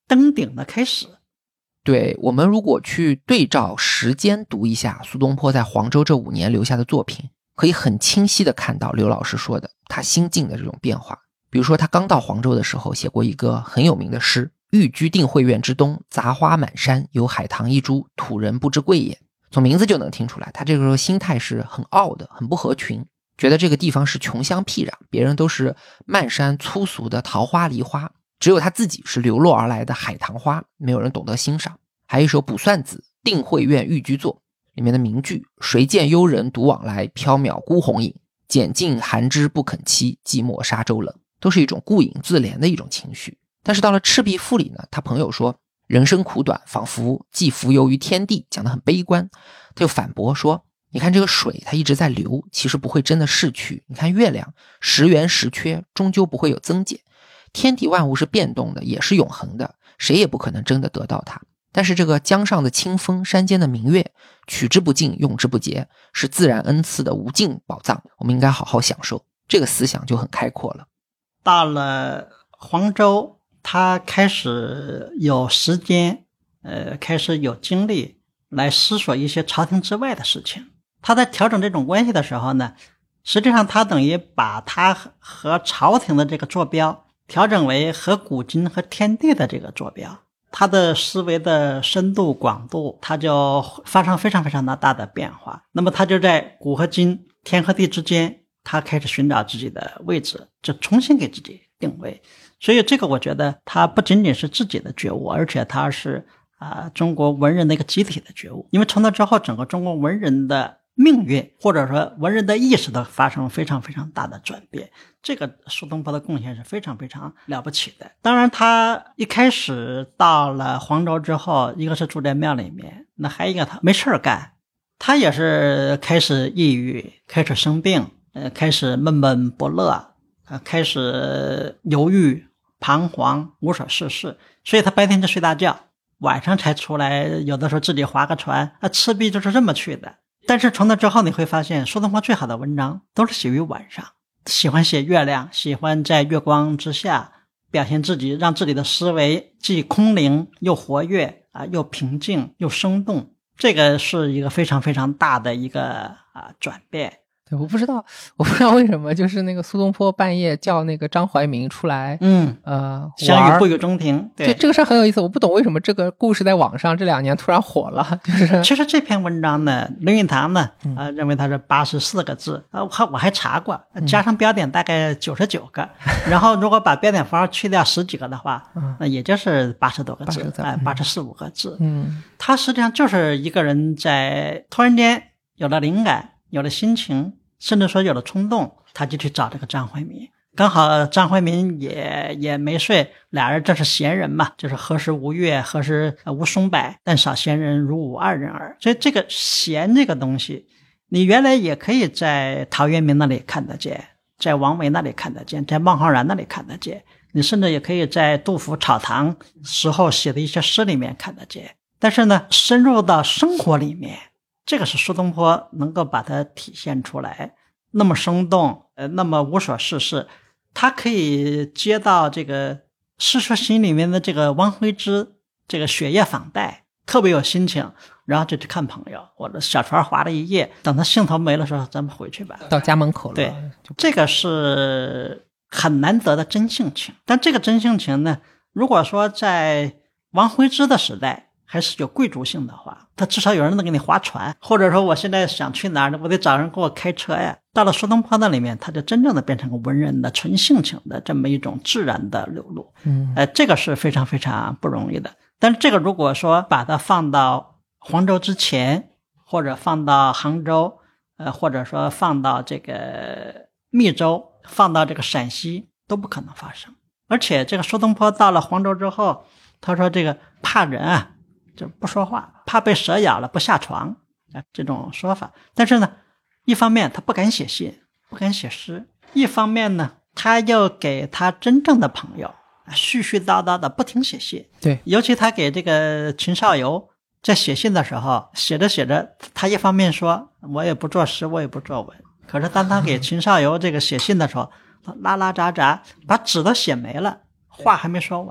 登顶的开始。 对，我们如果去对照时间读一下苏东坡在黄州这5年留下的作品，可以很清晰地看到刘老师说的他心境的这种变化。比如说他刚到黄州的时候写过一个很有名的诗，寓居定慧院之东，杂花满山，有海棠一株，土人不知贵也。从名字就能听出来，他这个时候心态是很傲的，很不合群，觉得这个地方是穷乡僻壤，别人都是漫山粗俗的桃花梨花，只有他自己是流落而来的海棠花，没有人懂得欣赏。还有一首《卜算子·定慧院寓居作》里面的名句，谁见幽人独往来，缥缈孤鸿影，拣尽寒枝不肯栖，寂寞沙洲冷，都是一种顾影自怜的一种情绪。但是到了《赤壁赋》里呢，他朋友说人生苦短，仿佛寄浮游于天地，讲得很悲观。他就反驳说，你看这个水它一直在流，其实不会真的逝去，你看月亮时圆时缺，终究不会有增减，天地万物是变动的，也是永恒的，谁也不可能真的得到它。但是这个江上的清风，山间的明月，取之不尽，用之不竭，是自然恩赐的无尽宝藏，我们应该好好享受。这个思想就很开阔了。 到了黄州，他开始有时间开始有精力来思索一些朝廷之外的事情。他在调整这种关系的时候呢，实际上他等于把他和朝廷的这个坐标调整为和古今和天地的这个坐标。他的思维的深度广度，他就发生非常非常大的变化。那么他就在古和今、天和地之间，他开始寻找自己的位置，就重新给自己定位。所以这个我觉得他不仅仅是自己的觉悟，而且他是中国文人的一个集体的觉悟。因为从那之后，整个中国文人的命运或者说文人的意识都发生了非常非常大的转变。这个苏东坡的贡献是非常非常了不起的。当然他一开始到了黄州之后，一个是住在庙里面，那还有一个他没事干，他也是开始抑郁，开始生病，开始闷闷不乐，开始犹豫彷徨，无所事事。所以他白天就睡大觉，晚上才出来，有的时候自己划个船，赤壁就是这么去的。但是从那之后你会发现，苏东坡最好的文章都是写于晚上，喜欢写月亮，喜欢在月光之下表现自己，让自己的思维既空灵又活跃又平静又生动。这个是一个非常非常大的一个转变。 对，我不知道为什么，就是那个苏东坡半夜叫那个张怀民出来， 相遇不语中庭。对， 这个事很有意思，我不懂为什么这个故事在网上这2年突然火了。就是其实这篇文章呢，林语堂呢，认为它是84个字，我还查过，加上标点大概99个，然后如果把标点符号去掉10几个的话，那也就是80多个字，84-85个字。他实际上就是一个人在突然间有了灵感，有了心情，甚至说有了冲动，他就去找这个张怀民。刚好张怀民也没睡，俩人正是闲人嘛，就是何时无月，何时无松柏，但少闲人如吾二人耳。所以这个闲这个东西，你原来也可以在陶渊明那里看得见，在王维那里看得见，在孟浩然那里看得见，你甚至也可以在杜甫草堂时候写的一些诗里面看得见。但是呢，深入到生活里面，这个是苏东坡能够把它体现出来，那么生动，那么无所事事。他可以接到这个《世说新语》里面的这个王徽之这个雪夜访戴，特别有心情，然后就去看朋友，或者小船划了一夜，等他兴头没了说咱们回去吧， 到家门口了。 对，这个是很难得的真性情。但这个真性情呢，如果说在王徽之的时代还是有贵族性的话，他至少有人能给你划船，或者说我现在想去哪儿，我得找人给我开车呀。到了苏东坡那里面，他就真正的变成个文人的纯性情的这么一种自然的流露。这个是非常非常不容易的。但是这个如果说把它放到黄州之前，或者放到杭州，或者说放到这个密州，放到这个陕西，都不可能发生。而且这个苏东坡到了黄州之后，他说这个怕人就不说话，怕被蛇咬了不下床这种说法。但是呢，一方面他不敢写信，不敢写诗，一方面呢，他又给他真正的朋友絮絮叨叨的不停写信。 对， 尤其他给这个秦少游在写信的时候，写着写着，他一方面说我也不作诗，我也不作文，可是当他给秦少游这个写信的时候，拉拉杂杂把纸都写没了，话还没说完。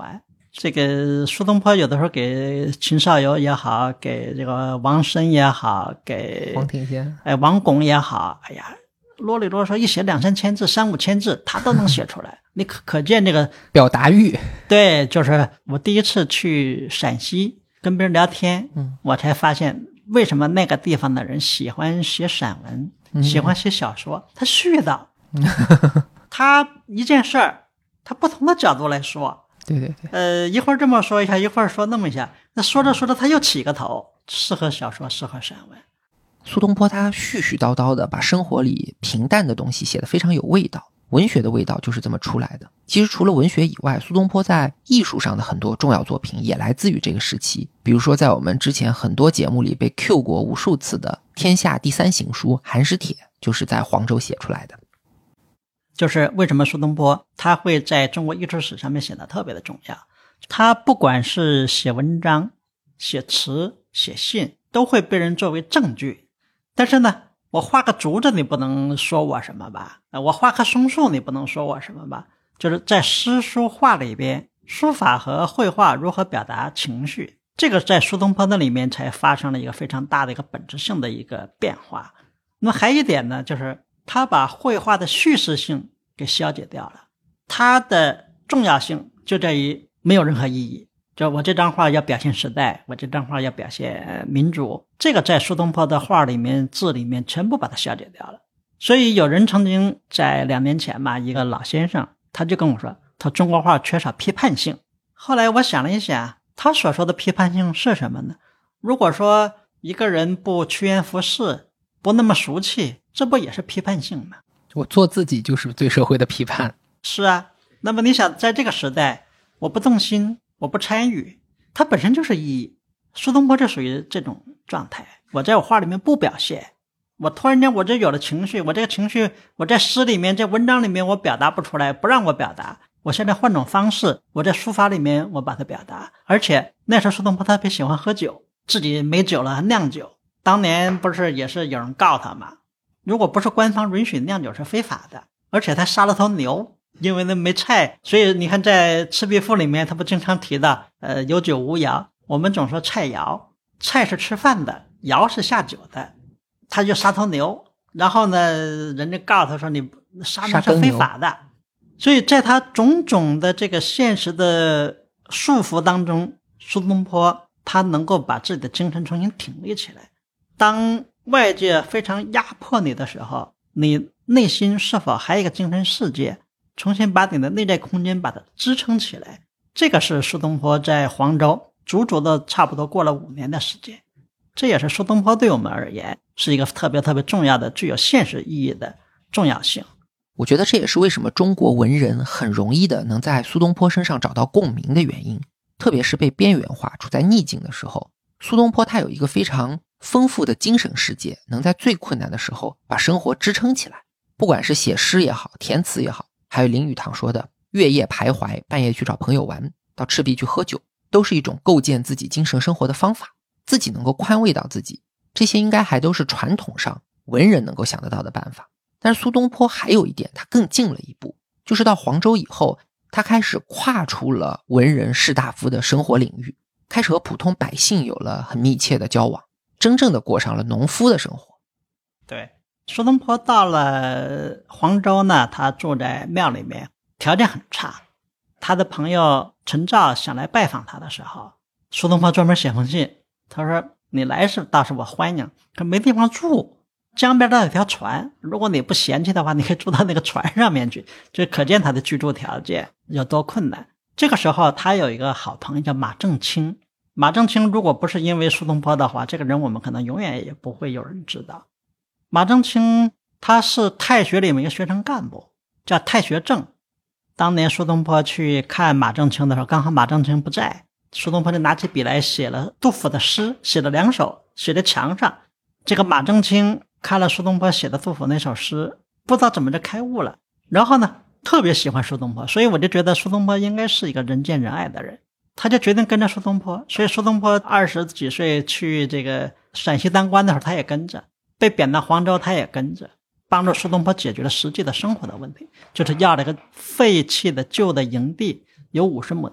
这个苏东坡有的时候给秦少游也好，给这个王申也好，给黄庭坚王巩也好，哎呀，啰里啰嗦一写2-3千字、3-5千字，他都能写出来。你可见这个表达欲。 对，就是我第一次去陕西跟别人聊天，我才发现为什么那个地方的人喜欢写散文，喜欢写小说，他絮叨，他一件事儿，他不同的角度来说。 对对对， 一会儿这么说一下，一会儿说那么一下，那说着说着他又起个头，适合小说，适合散文。 苏东坡他絮絮叨叨的把生活里平淡的东西写得非常有味道，文学的味道就是这么出来的。其实除了文学以外，苏东坡在艺术上的很多重要作品也来自于这个时期。比如说在我们之前很多节目里被 Q 过无数次的天下第3行书《寒食帖》，就是在黄州写出来的。 就是为什么苏东坡他会在中国艺术史上面显得特别的重要，他不管是写文章、写词、写信，都会被人作为证据。但是呢，我画个竹子你不能说我什么吧，我画棵松树你不能说我什么吧。就是在诗书画里边，书法和绘画如何表达情绪，这个在苏东坡那里面才发生了一个非常大的一个本质性的一个变化。那么还有一点呢，就是他把绘画的叙事性给消解掉了，它的重要性就在于没有任何意义，就我这张画要表现时代，我这张画要表现民主，这个在苏东坡的画里面字里面全部把它消解掉了。所以有人曾经在2年前嘛，一个老先生他就跟我说，他中国画缺少批判性。后来我想了一想，他所说的批判性是什么呢？如果说一个人不趋炎附势，不那么俗气，这不也是批判性吗？ 我做自己就是对社会的批判。 是啊，那么你想在这个时代，我不动心，我不参与，它本身就是意义。苏东坡就属于这种状态，我在我画里面不表现，我突然间我就有了情绪，我这个情绪我在诗里面在文章里面我表达不出来，不让我表达，我现在换种方式，我在书法里面我把它表达。而且那时候苏东坡特别喜欢喝酒，自己没酒了还酿酒，当年不是也是有人告他吗？如果不是官方允许酿酒是非法的，而且他杀了头牛，因为那没菜，所以你看在《赤壁赋》里面他不经常提到有酒无肴，我们总说菜肴，菜是吃饭的，肴是下酒的，他就杀头牛，然后呢人家告他说你杀牛是非法的。所以在他种种的这个现实的束缚当中，苏东坡他能够把自己的精神重新挺立起来。当外界非常压迫你的时候，你内心是否还有一个精神世界，重新把你的内在空间把它支撑起来，这个是苏东坡在黄州足足的差不多过了5年的时间。这也是苏东坡对我们而言是一个特别特别重要的具有现实意义的重要性。 我觉得这也是为什么中国文人很容易的能在苏东坡身上找到共鸣的原因，特别是被边缘化处在逆境的时候，苏东坡他有一个非常丰富的精神世界，能在最困难的时候把生活支撑起来。不管是写诗也好，填词也好，还有林语堂说的月夜徘徊，半夜去找朋友玩，到赤壁去喝酒，都是一种构建自己精神生活的方法，自己能够宽慰到自己。这些应该还都是传统上文人能够想得到的办法。但是苏东坡还有一点他更进了一步，就是到黄州以后，他开始跨出了文人士大夫的生活领域，开始和普通百姓有了很密切的交往，真正的过上了农夫的生活。 对，苏东坡到了黄州呢，他住在庙里面，条件很差。他的朋友陈照想来拜访他的时候，苏东坡专门写封信，他说你来是倒是我欢迎，可没地方住，江边那有条船，如果你不嫌弃的话，你可以住到那个船上面去，就可见他的居住条件有多困难。这个时候他有一个好朋友叫马正清，马正清如果不是因为苏东坡的话，这个人我们可能永远也不会有人知道。马正清他是太学里面一个学生干部，叫太学正。当年苏东坡去看马正清的时候，刚好马正清不在，苏东坡就拿起笔来写了杜甫的诗，写了2首，写在墙上。这个马正清看了苏东坡写的杜甫那首诗，不知道怎么就开悟了，然后呢特别喜欢苏东坡，所以我就觉得苏东坡应该是一个人见人爱的人，他就决定跟着苏东坡。所以苏东坡20几岁去这个陕西当官的时候，他也跟着，被贬到黄州他也跟着，帮助苏东坡解决了实际的生活的问题，就是要了一个废弃的旧的营地，有50亩地，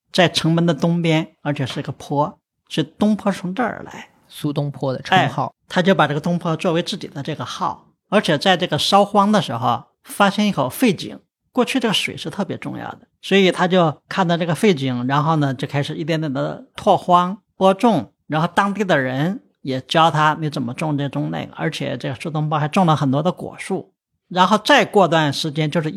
在城门的东边，而且是个坡，是东坡从这儿来。 苏东坡的称号， 他就把这个东坡作为自己的这个号，而且在这个烧荒的时候发现一口废井，过去这个水是特别重要的，所以他就看到这个废井，然后呢就开始一点点的拓荒播种，然后当地的人也教他你怎么种这种那个，而且这个苏东坡还种了很多的果树。然后再过段时间，就是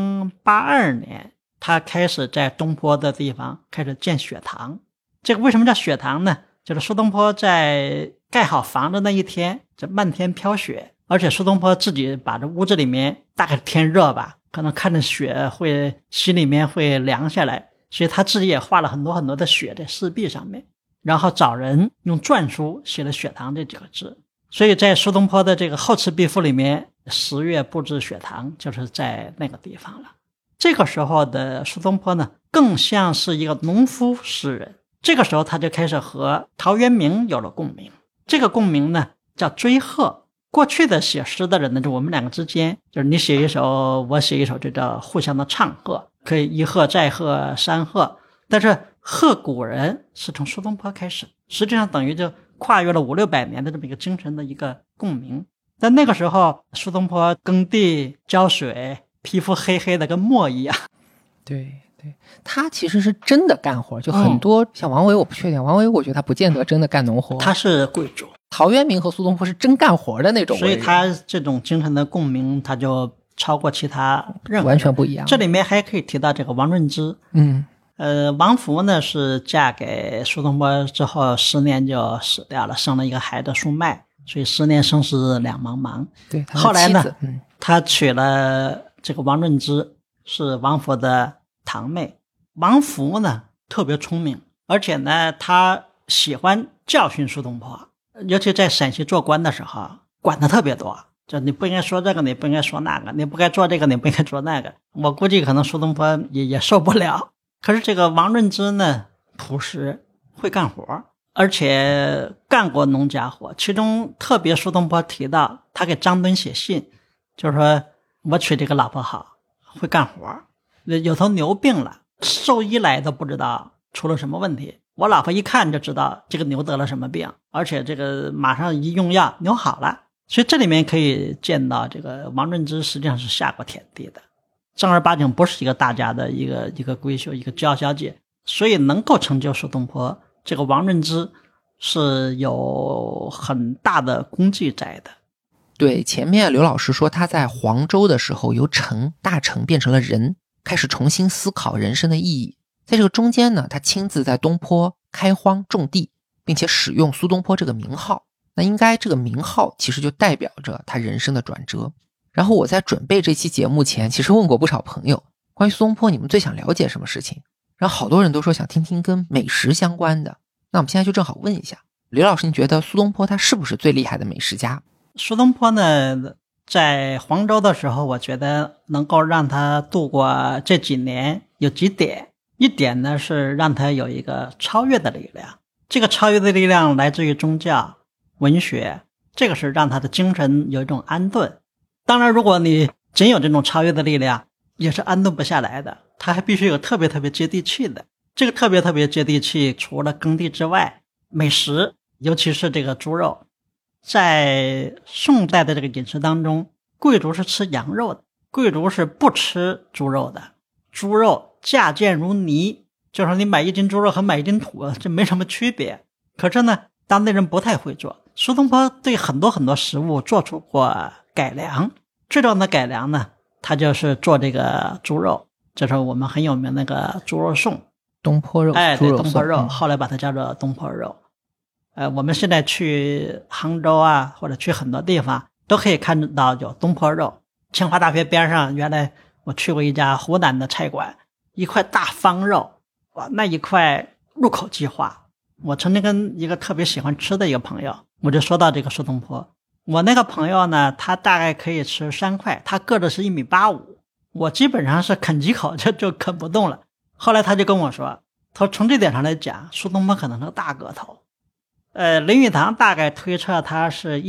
1082年，他开始在东坡的地方开始建雪堂。这个为什么叫雪堂呢？就是苏东坡在盖好房子那一天，这漫天飘雪，而且苏东坡自己把这屋子里面，大概天热吧，可能看着雪会心里面会凉下来，所以他自己也画了很多很多的雪在石壁上面，然后找人用篆书写了雪堂这几个字。所以在苏东坡的这个后赤壁赋里面，10月布置雪堂就是在那个地方了。这个时候的苏东坡呢，更像是一个农夫诗人。这个时候他就开始和陶渊明有了共鸣，这个共鸣呢叫追贺。过去的写诗的人呢，就我们两个之间，就是你写一首我写一首，这叫互相的唱和，可以一贺再贺三贺。但是贺古人是从苏东坡开始，实际上等于就跨越了500-600年的这么一个精神的一个共鸣。但那个时候苏东坡耕地浇水，皮肤黑黑的跟墨一样。 对，他其实是真的干活，就很多像王维我不确定，王维我觉得他不见得真的干农活， 他是贵族。 陶渊明和苏东坡是真干活的那种， 所以他这种精神的共鸣他就超过其他任何人， 完全不一样。 这里面还可以提到这个王润之。王弗呢是嫁给苏东坡之后10年就死掉了，生了一个孩子苏迈，所以10年生死两茫茫。 对， 后来呢，他娶了这个王润之，是王弗的堂妹。王弗呢特别聪明，而且呢他喜欢教训苏东坡，尤其在陕西做官的时候管得特别多，就你不应该说这个，你不应该说那个，你不该做这个，你不应该做那个。我估计可能苏东坡也受不了。可是这个王润之呢朴实，会干活，而且干过农家活。其中特别苏东坡提到他给张敦写信，就是说我娶这个老婆好，会干活，有头牛病了，兽医来都不知道出了什么问题，我老婆一看就知道这个牛得了什么病，而且这个马上一用药牛好了。所以这里面可以见到这个王润之实际上是下过田地的，正儿八经不是一个大家的一个闺秀，一个娇小姐。所以能够成就苏东坡，这个王润之是有很大的功绩在的。 对，前面刘老师说他在黄州的时候由大臣变成了人，开始重新思考人生的意义。在这个中间呢，他亲自在东坡开荒种地，并且使用苏东坡这个名号。那应该这个名号其实就代表着他人生的转折。然后我在准备这期节目前，其实问过不少朋友，关于苏东坡你们最想了解什么事情？然后好多人都说想听听跟美食相关的。那我们现在就正好问一下刘老师，你觉得苏东坡他是不是最厉害的美食家？ 苏东坡呢，在黄州的时候，我觉得能够让他度过这几年有几点。一点呢是让他有一个超越的力量，这个超越的力量来自于宗教、文学，这个是让他的精神有一种安顿。当然如果你真有这种超越的力量，也是安顿不下来的，他还必须有特别特别接地气的。这个特别特别接地气，除了耕地之外，美食尤其是这个猪肉。在宋代的这个饮食当中，贵族是吃羊肉的，贵族是不吃猪肉的。猪肉价贱如泥，就是说你买1斤猪肉和买1斤土这没什么区别。可是呢，当地人不太会做。苏东坡对很多很多食物做出过改良，最重要的改良呢，他就是做这个猪肉，就是我们很有名那个猪肉颂， 东坡肉， 对，东坡肉，后来把它叫做东坡肉。我们现在去杭州啊，或者去很多地方都可以看到有东坡肉。清华大学边上，原来我去过一家湖南的菜馆，一块大方肉，哇，那一块入口即化。我曾经跟一个特别喜欢吃的一个朋友，我就说到这个苏东坡。我那个朋友呢，他大概可以吃3块，他个子是1.85米，我基本上是啃几口就啃不动了。后来他就跟我说，他说从这点上来讲，苏东坡可能是个大个头。林语堂大概推测他是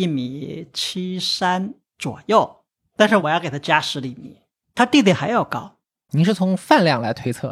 1.73米左右，但是我要给他加10厘米，他弟弟还要高。 您是从饭量来推测的？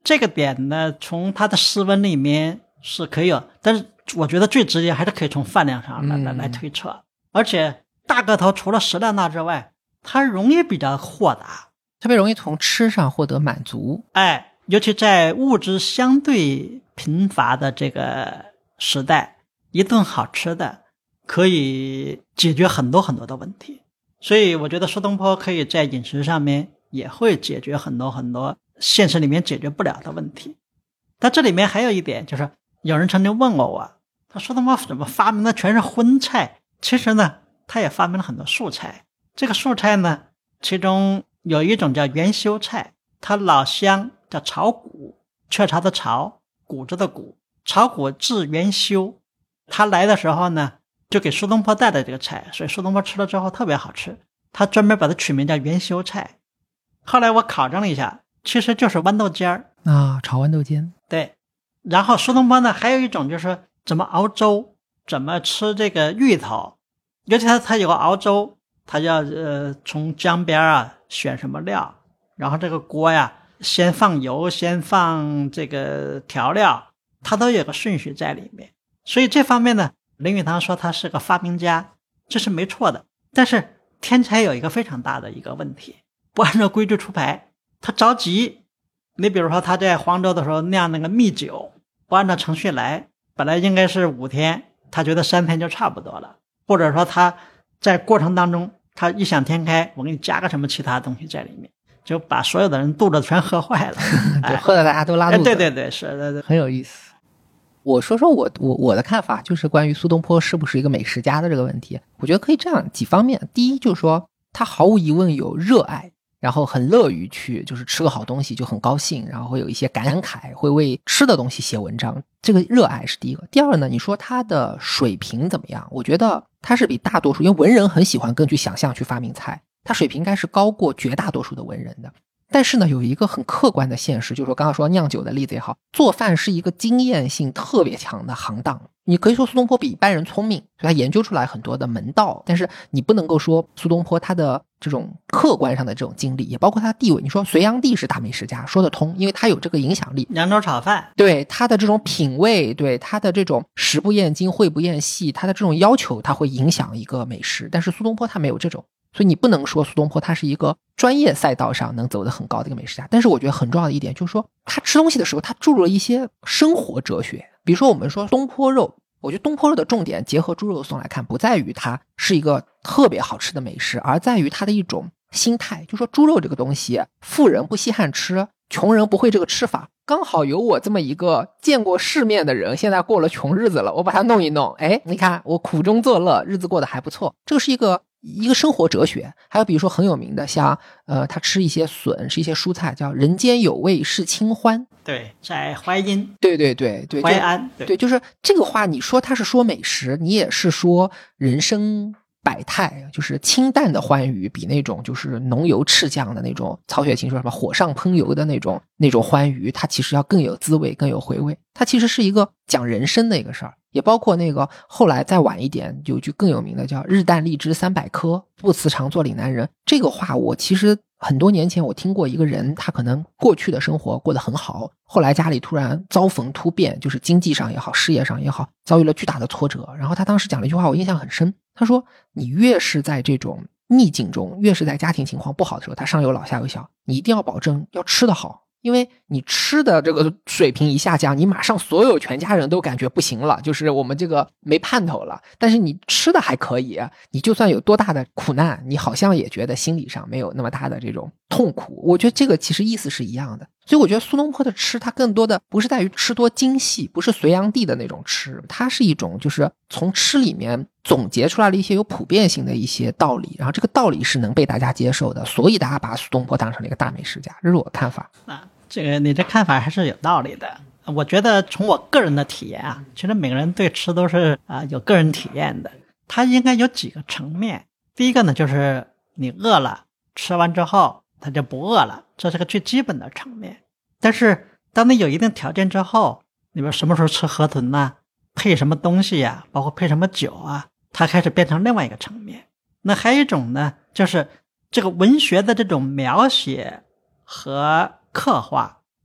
这个点呢，从他的诗文里面是可以有，但是我觉得最直接还是可以从饭量上来推测。而且大个头除了食量大之外，他容易比较豁达， 特别容易从吃上获得满足。 尤其在物质相对贫乏的这个时代，一顿好吃的可以解决很多很多的问题。所以我觉得苏东坡可以在饮食上面也会解决很多很多现实里面解决不了的问题。但这里面还有一点，就是有人曾经问过我，他说苏东坡怎么发明的全是荤菜？其实呢，他也发明了很多素菜。这个素菜呢，其中有一种叫元修菜，它老乡叫炒谷，雀巢的巢，谷子的谷，炒谷字元修。他来的时候呢，就给苏东坡带的这个菜，所以苏东坡吃了之后特别好吃，他专门把它取名叫元修菜。后来我考证了一下，其实就是豌豆尖儿啊，炒豌豆尖。 对，然后苏东坡呢还有一种就是怎么熬粥，怎么吃这个芋头，尤其他有个熬粥，他要从江边选什么料，然后这个锅呀先放油，先放这个调料，他都有个顺序在里面。所以这方面呢，林语堂说他是个发明家，这是没错的。但是天才有一个非常大的一个问题，不按照规矩出牌，他着急。你比如说他在黄州的时候酿那个蜜酒，不按照程序来，本来应该是5天，他觉得3天就差不多了。或者说他在过程当中他异想天开，我给你加个什么其他东西在里面，就把所有的人肚子全喝坏了就喝的大家都拉肚子。 对，是很有意思。我说我的看法，就是关于苏东坡是不是一个美食家的这个问题，我觉得可以这样几方面。第一就是说他毫无疑问有热爱，然后很乐于去就是吃个好东西就很高兴，然后会有一些感慨，会为吃的东西写文章，这个热爱是第一个。第二呢，你说他的水平怎么样，我觉得他是比大多数，因为文人很喜欢根据想象去发明菜，他水平应该是高过绝大多数的文人的。但是呢，有一个很客观的现实，就是说刚刚说酿酒的例子也好，做饭是一个经验性特别强的行当。你可以说苏东坡比一般人聪明，所以他研究出来很多的门道，但是你不能够说苏东坡他的这种客观上的这种经历，也包括他的地位。你说隋炀帝是大美食家，说得通，因为他有这个影响力。 扬州炒饭， 对他的这种品味，对他的这种食不厌精荟不厌细，他的这种要求，他会影响一个美食。但是苏东坡他没有这种，所以你不能说苏东坡他是一个专业赛道上能走得很高的一个美食家。但是我觉得很重要的一点就是说，他吃东西的时候他注入了一些生活哲学。比如说我们说东坡肉，我觉得东坡肉的重点结合猪肉松来看，不在于它是一个特别好吃的美食，而在于它的一种心态。就说猪肉这个东西，富人不稀罕吃，穷人不会这个吃法，刚好有我这么一个见过世面的人，现在过了穷日子了，我把它弄一弄，哎，你看我苦中作乐，日子过得还不错。这个是一个生活哲学。还有比如说很有名的，像他吃一些笋，吃一些蔬菜，叫人间有味是清欢。 对，在淮阴， 对， 淮安， 对，就是这个话，你说他是说美食，你也是说人生百态，就是清淡的欢愉比那种就是浓油赤酱的那种，曹雪芹说什么火上烹油的那种欢愉，它其实要更有滋味，更有回味。它其实是一个讲人生的一个事儿。也包括那个后来再晚一点有句更有名的叫日啖荔枝300颗，不辞常作岭南人。这个话我其实很多年前我听过一个人，他可能过去的生活过得很好，后来家里突然遭逢突变，就是经济上也好，事业上也好，遭遇了巨大的挫折。然后他当时讲了一句话我印象很深，他说你越是在这种逆境中，越是在家庭情况不好的时候，他上有老下有小，你一定要保证要吃得好。因为你吃的这个水平一下降，你马上所有全家人都感觉不行了，就是我们这个没盼头了。但是你吃的还可以，你就算有多大的苦难，你好像也觉得心理上没有那么大的这种痛苦。我觉得这个其实意思是一样的。所以我觉得苏东坡的吃，它更多的不是在于吃多精细，不是隋炀帝的那种吃，它是一种就是从吃里面总结出来了一些有普遍性的一些道理，然后这个道理是能被大家接受的，所以大家把苏东坡当成了一个大美食家，这是我的看法。 这个你这看法还是有道理的。我觉得从我个人的体验其实每个人对吃都是有个人体验的。它应该有几个层面。第一个呢，就是你饿了，吃完之后它就不饿了，这是个最基本的层面。但是当你有一定条件之后，你比如什么时候吃河豚配什么东西包括配什么酒它开始变成另外一个层面。那还有一种呢，就是这个文学的这种描写和刻画，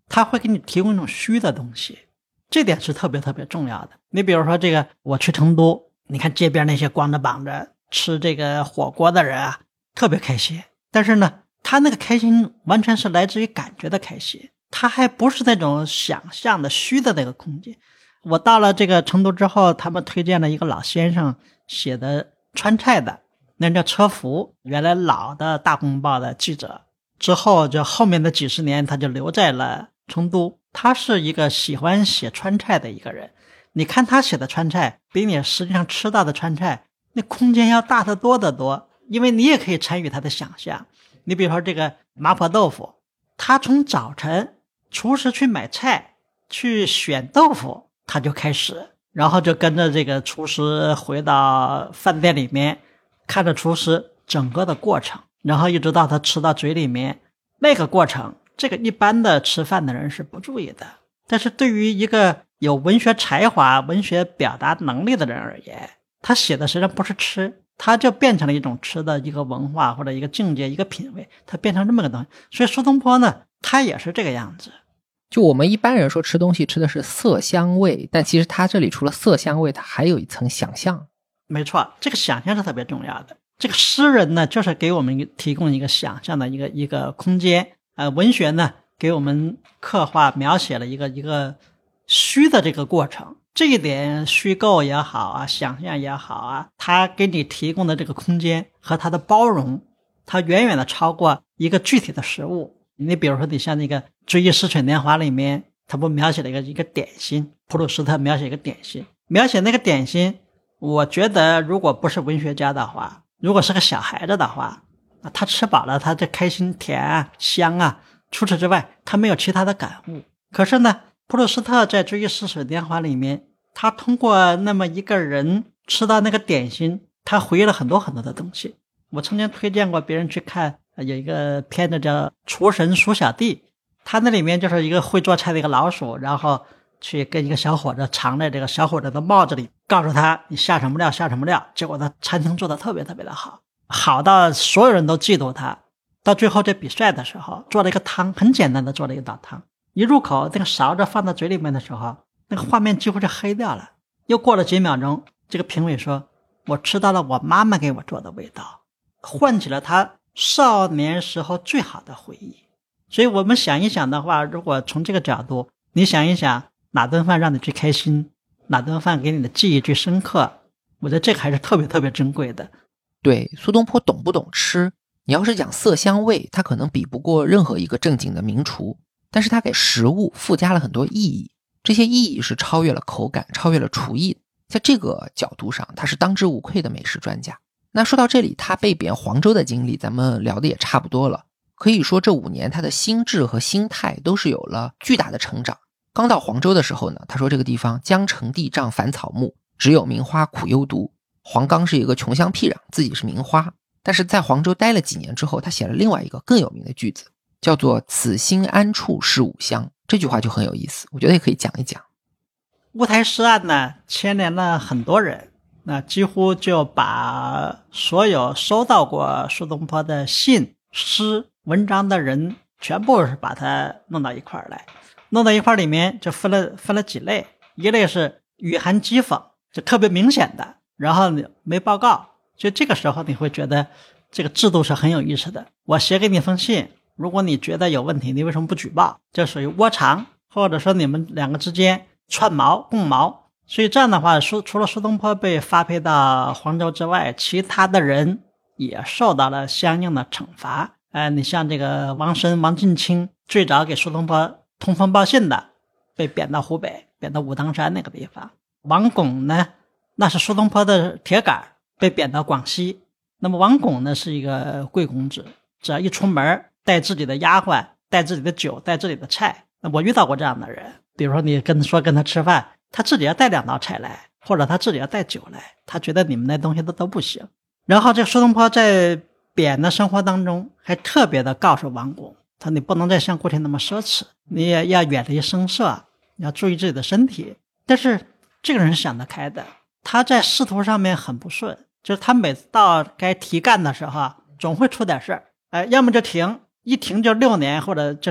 他会给你提供一种虚的东西，这点是特别特别重要的。你比如说这个，我去成都，你看街边那些光着膀子吃这个火锅的人啊，特别开心。但是呢，他那个开心完全是来自于感觉的开心，他还不是那种想象的虚的那个空间。我到了这个成都之后，他们推荐了一个老先生写的川菜的，那叫车福，原来老的大公报的记者，之后就后面的几十年他就留在了成都。他是一个喜欢写川菜的一个人，你看他写的川菜比你实际上吃到的川菜那空间要大得多得多，因为你也可以参与他的想象。你比如说这个麻婆豆腐，他从早晨厨师去买菜去选豆腐他就开始，然后就跟着这个厨师回到饭店里面，看着厨师整个的过程，然后一直到他吃到嘴里面，那个过程这个一般的吃饭的人是不注意的，但是对于一个有文学才华文学表达能力的人而言，他写的实际上不是吃，他就变成了一种吃的一个文化或者一个境界一个品味，他变成这么个东西。所以苏东坡呢，他也是这个样子。 就我们一般人说吃东西吃的是色香味，但其实他这里除了色香味，他还有一层想象。 没错，这个想象是特别重要的。这个诗人呢，就是给我们提供一个想象的一个空间，文学呢给我们刻画描写了一个虚的这个过程。这一点虚构也好啊，想象也好啊，它给你提供的这个空间和它的包容，它远远的超过一个具体的食物。你比如说你像那个《追忆似水年华》里面，他不描写了一个点心，普鲁斯特描写一个点心，描写那个点心，我觉得如果不是文学家的话，如果是个小孩子的话，他吃饱了他这开心甜啊香啊，除此之外他没有其他的感悟。可是呢，普鲁斯特在《追忆似水年华》里面，他通过那么一个人吃到那个点心，他回忆了很多很多的东西。我曾经推荐过别人去看有一个片子叫《厨神鼠小弟》，他那里面就是一个会做菜的一个老鼠，然后去跟一个小伙子藏在这个小伙子的帽子里，告诉他你下什么料下什么料，结果他餐厅做的特别特别的好，好到所有人都嫉妒他。到最后这比赛的时候做了一个汤，很简单的做了一道汤，一入口那个勺子放到嘴里面的时候，那个画面几乎就黑掉了。又过了几秒钟，这个评委说我吃到了我妈妈给我做的味道，唤起了他少年时候最好的回忆。所以我们想一想的话，如果从这个角度你想一想哪顿饭让你最开心，哪顿饭给你的记忆最深刻，我觉得这个还是特别特别珍贵的。 对，苏东坡懂不懂吃，你要是讲色香味，他可能比不过任何一个正经的名厨，但是他给食物附加了很多意义，这些意义是超越了口感，超越了厨艺，在这个角度上他是当之无愧的美食专家。那说到这里，他被贬黄州的经历咱们聊的也差不多了，可以说这5年他的心智和心态都是有了巨大的成长。刚到黄州的时候呢，他说这个地方江城地障繁草木，只有名花苦幽独。黄冈是一个穷乡僻壤，自己是名花。但是在黄州待了几年之后，他写了另外一个更有名的句子，叫做此心安处是吾乡。这句话就很有意思，我觉得也可以讲一讲。 乌台诗案呢牵连了很多人，那几乎就把所有收到过苏东坡的信诗文章的人全部是把它弄到一块儿来。弄到一块儿里面就分了几类，一类是雨寒讥讽，就特别明显的，然后没报告，就这个时候你会觉得这个制度是很有意思的。我写给你封信，如果你觉得有问题，你为什么不举报？这属于窝藏，或者说你们两个之间串谋共谋。所以这样的话，除了苏东坡被发配到黄州之外，其他的人也受到了相应的惩罚。你像这个王申、王近卿，最早给苏东坡通风报信的，被贬到湖北，贬到武当山那个地方。王巩呢，那是苏东坡的铁杆，被贬到广西。那么王巩呢是一个贵公子，只要一出门带自己的丫鬟，带自己的酒，带自己的菜。那我遇到过这样的人，比如说你跟他吃饭，他自己要带2道菜来，或者他自己要带酒来，他觉得你们那东西都不行。然后这苏东坡在贬的生活当中还特别的告诉王巩，他说你不能再像过去那么奢侈，你也要远离声色，要注意自己的身体。但是这个人是想得开的，他在仕途上面很不顺，就是他每次到该提干的时候总会出点事儿，要么就停，一停就6年，或者就是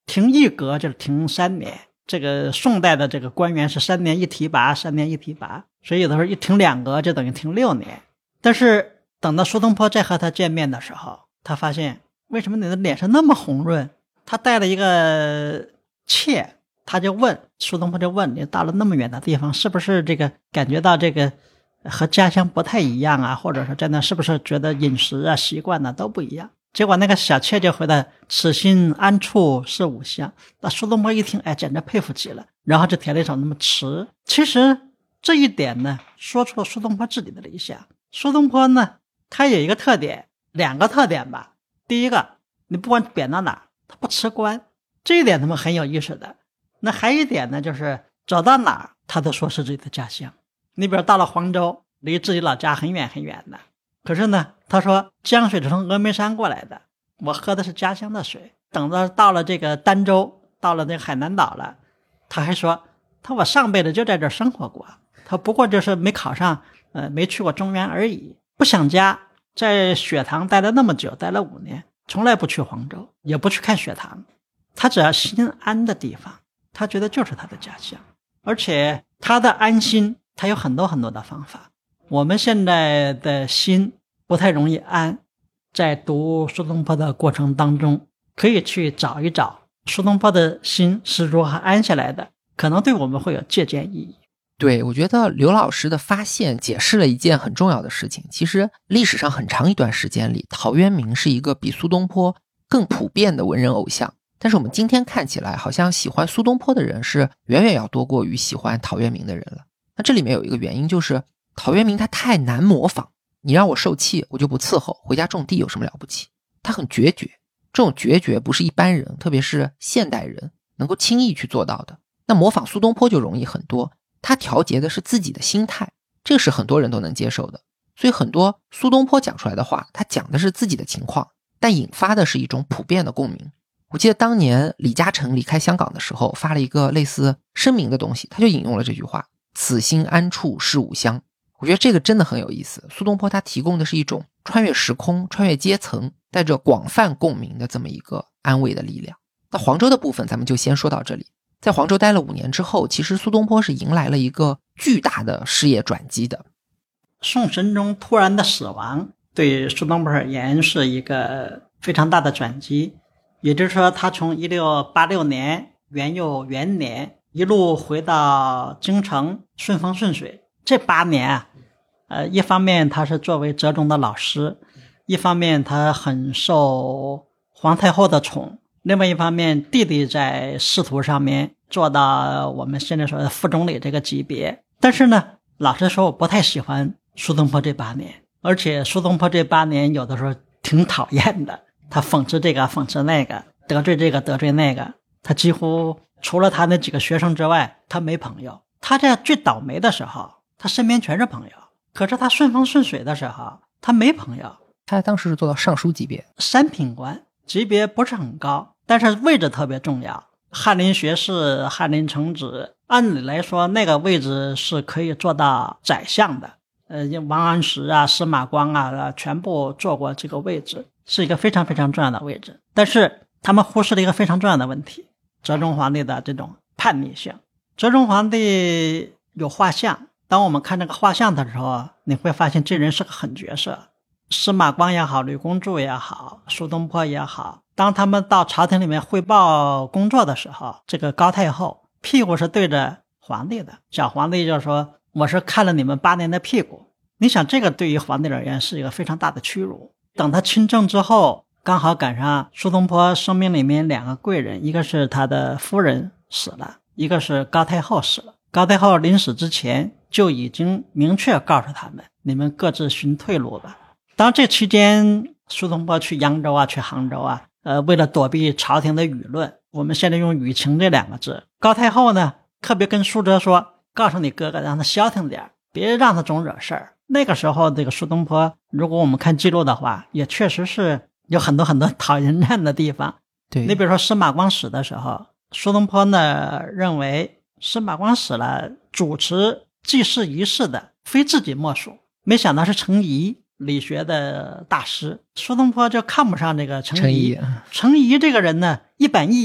停一阁就是停3年。这个宋代的这个官员是3年一提拔，3年一提拔，所以有的时候一停2阁就等于停6年。但是等到苏东坡再和他见面的时候，他发现为什么你的脸上那么红润？他带了一个妾，他就问苏东坡，就问你到了那么远的地方，是不是这个感觉到这个和家乡不太一样啊？或者说在那是不是觉得饮食啊习惯啊都不一样？结果那个小妾就回答：此心安处是吾乡。那苏东坡一听，哎，简直佩服极了，然后就填了一首那么词。其实这一点呢，说出了苏东坡自己的理想。苏东坡呢，他有一个特点，2个特点吧。第一个，你不管贬到哪，他不辞官，这一点他们很有意思的。那还有一点呢，就是走到哪他都说是自己的家乡。你比如到了黄州，离自己老家很远很远的，可是呢，他说江水是从峨眉山过来的，我喝的是家乡的水。等到了这个儋州，到了这个海南岛了，他还说我上辈子就在这儿生活过，他不过就是没考上，没去过中原而已。不想家，在雪堂待了那么久，待了5年，从来不去黄州，也不去看雪堂。他只要心安的地方，他觉得就是他的家乡。而且他的安心，他有很多很多的方法。我们现在的心不太容易安，在读苏东坡的过程当中，可以去找一找苏东坡的心是如何安下来的，可能对我们会有借鉴意义。 对，我觉得刘老师的发现解释了一件很重要的事情。其实历史上很长一段时间里，陶渊明是一个比苏东坡更普遍的文人偶像，但是我们今天看起来好像喜欢苏东坡的人是远远要多过于喜欢陶渊明的人了。那这里面有一个原因，就是陶渊明他太难模仿，你让我受气我就不伺候，回家种地有什么了不起？他很决绝，这种决绝不是一般人，特别是现代人能够轻易去做到的。那模仿苏东坡就容易很多，他调节的是自己的心态，这个是很多人都能接受的。所以很多苏东坡讲出来的话，他讲的是自己的情况，但引发的是一种普遍的共鸣。我记得当年李嘉诚离开香港的时候，发了一个类似声明的东西，他就引用了这句话：此心安处是吾乡。我觉得这个真的很有意思。苏东坡他提供的是一种穿越时空、穿越阶层，带着广泛共鸣的这么一个安慰的力量。那黄州的部分咱们就先说到这里。在黄州待了5年之后，其实苏东坡是迎来了一个巨大的事业转机的。 宋神宗突然的死亡对苏东坡而言是一个非常大的转机，也就是说他从1686年元佑元年一路回到京城，顺风顺水。这8年一方面他是作为哲宗的老师，一方面他很受皇太后的宠，另外一方面弟弟在仕途上面做到我们现在说的副总理这个级别。但是呢，老实说我不太喜欢苏东坡这8年，而且苏东坡这8年有的时候挺讨厌的，他讽刺这个讽刺那个，得罪这个得罪那个，他几乎除了他那几个学生之外，他没朋友。他在最倒霉的时候，他身边全是朋友，可是他顺风顺水的时候，他没朋友。 他当时是做到尚书级别 ，3品官，级别不是很高，但是位置特别重要。翰林学士、翰林承旨，按理来说那个位置是可以做到宰相的。王安石啊、司马光啊，全部做过这个位置，是一个非常非常重要的位置。但是他们忽视了一个非常重要的问题，哲宗皇帝的这种叛逆性。哲宗皇帝有画像，当我们看这个画像的时候，你会发现这人是个狠角色。司马光也好，吕公著也好，苏东坡也好，当他们到朝廷里面汇报工作的时候，这个高太后屁股是对着皇帝的，小皇帝就说我是看了你们8年的屁股。你想这个对于皇帝而言是一个非常大的屈辱。等他亲政之后，刚好赶上苏东坡生命里面2个贵人，一个是他的夫人死了，一个是高太后死了。高太后临死之前就已经明确告诉他们，你们各自寻退路吧。当这期间苏东坡去扬州啊，去杭州啊，为了躲避朝廷的舆论，我们现在用舆情这2个字。高太后呢特别跟苏辙说，告诉你哥哥让他消停点，别让他总惹事儿。那个时候这个苏东坡，如果我们看记录的话，也确实是有很多很多讨人厌的地方。 对， 你比如说司马光死的时候，苏东坡呢认为司马光死了，主持祭祀仪式的非自己莫属，没想到是程颐，理学的大师。苏东坡就看不上这个程颐。程颐这个人呢一板一眼，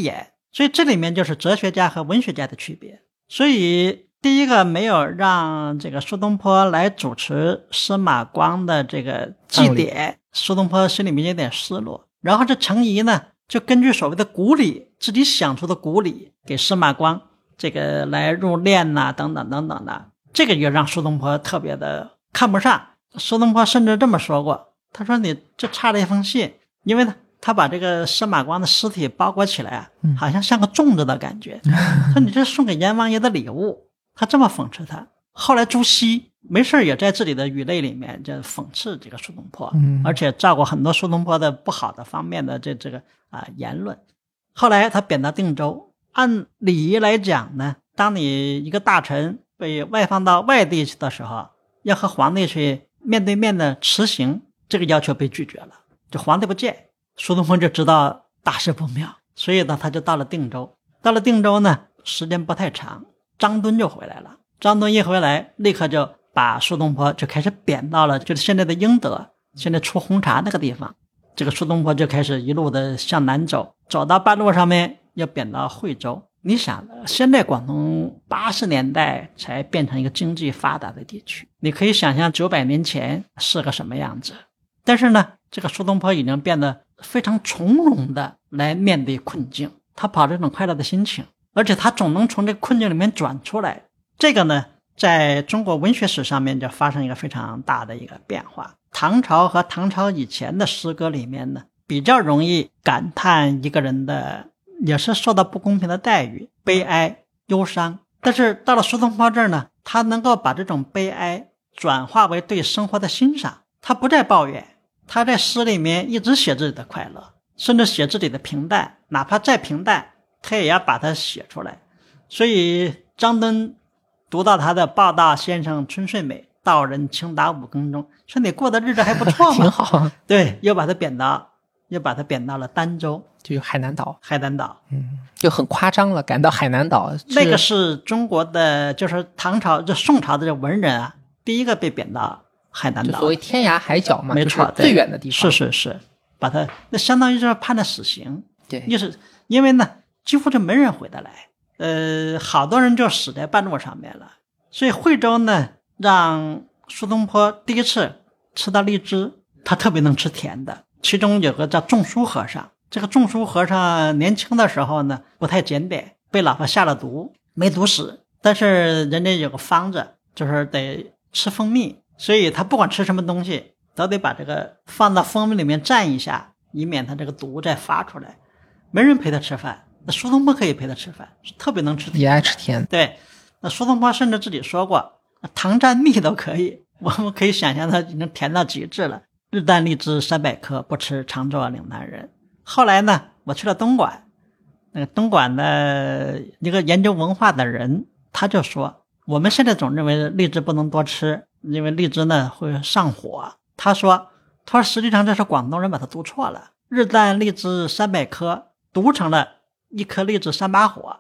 所以这里面就是哲学家和文学家的区别。所以第一个没有让这个苏东坡来主持司马光的这个祭典，苏东坡心里面有点失落。然后这程颐呢，就根据所谓的古礼，自己想出的古礼，给司马光这个来入殓呐，等等等等的，这个也让苏东坡特别的看不上。苏东坡甚至这么说过，他说你这差了一封信，因为他把这个司马光的尸体包裹起来啊，好像像个粽子的感觉，说你这送给阎王爷的礼物，他这么讽刺他。后来朱熹没事也在自己的语类里面就讽刺这个苏东坡，而且照过很多苏东坡的不好的方面的这个言论。后来他贬到定州，按礼仪来讲呢，当你一个大臣被外放到外地去的时候，要和皇帝去面对面的辞行，这个要求被拒绝了，就皇帝不见。苏东坡就知道大事不妙，所以呢他就到了定州。到了定州呢，时间不太长，张敦就回来了。张敦一回来，立刻就把苏东坡就开始贬到了就是现在的英德，现在出红茶那个地方。这个苏东坡就开始一路的向南走，走到半路上面要贬到惠州。你想现在广东80年代才变成一个经济发达的地区，你可以想象900年前是个什么样子。但是呢，这个苏东坡已经变得非常从容的来面对困境，他保持这种快乐的心情，而且他总能从这个困境里面转出来。这个呢，在中国文学史上面就发生一个非常大的一个变化。唐朝和唐朝以前的诗歌里面呢，比较容易感叹一个人的也是受到不公平的待遇，悲哀忧伤。但是到了苏东坡这儿呢，他能够把这种悲哀转化为对生活的欣赏，他不再抱怨，他在诗里面一直写自己的快乐，甚至写自己的平淡，哪怕再平淡他也要把它写出来。所以张敦读到他的报道先生春睡美，道人轻打5更钟，说你过的日子还不错嘛， 挺好。 对，又把他贬到了儋州， 就海南岛。就很夸张了，赶到海南岛。 那个是中国的就是唐朝就宋朝的这文人啊，第一个被贬到海南岛， 所谓天涯海角嘛， 没错， 就是最远的地方。 是，把他那相当于就是判了死刑。 对， 就是因为呢几乎就没人回得来，好多人就死在半路上面了。所以惠州呢，让苏东坡第一次吃到荔枝，他特别能吃甜的。其中有个叫仲舒和尚，这个仲舒和尚年轻的时候呢不太检点，被老婆下了毒，没毒死，但是人家有个方子，就是得吃蜂蜜，所以他不管吃什么东西都得把这个放到蜂蜜里面蘸一下，以免他这个毒再发出来。没人陪他吃饭，那苏东坡可以陪他吃饭，特别能吃甜， 也爱吃甜。 对，那苏东坡甚至自己说过，糖蘸蜜都可以，我们可以想象他已经甜到极致了。日啖荔枝300颗，不吃常作岭南人。后来呢，我去了东莞，那个东莞的一个研究文化的人，他就说，我们现在总认为荔枝不能多吃，因为荔枝呢会上火。他说实际上这是广东人把它读错了，日啖荔枝300颗读成了1颗荔枝3把火。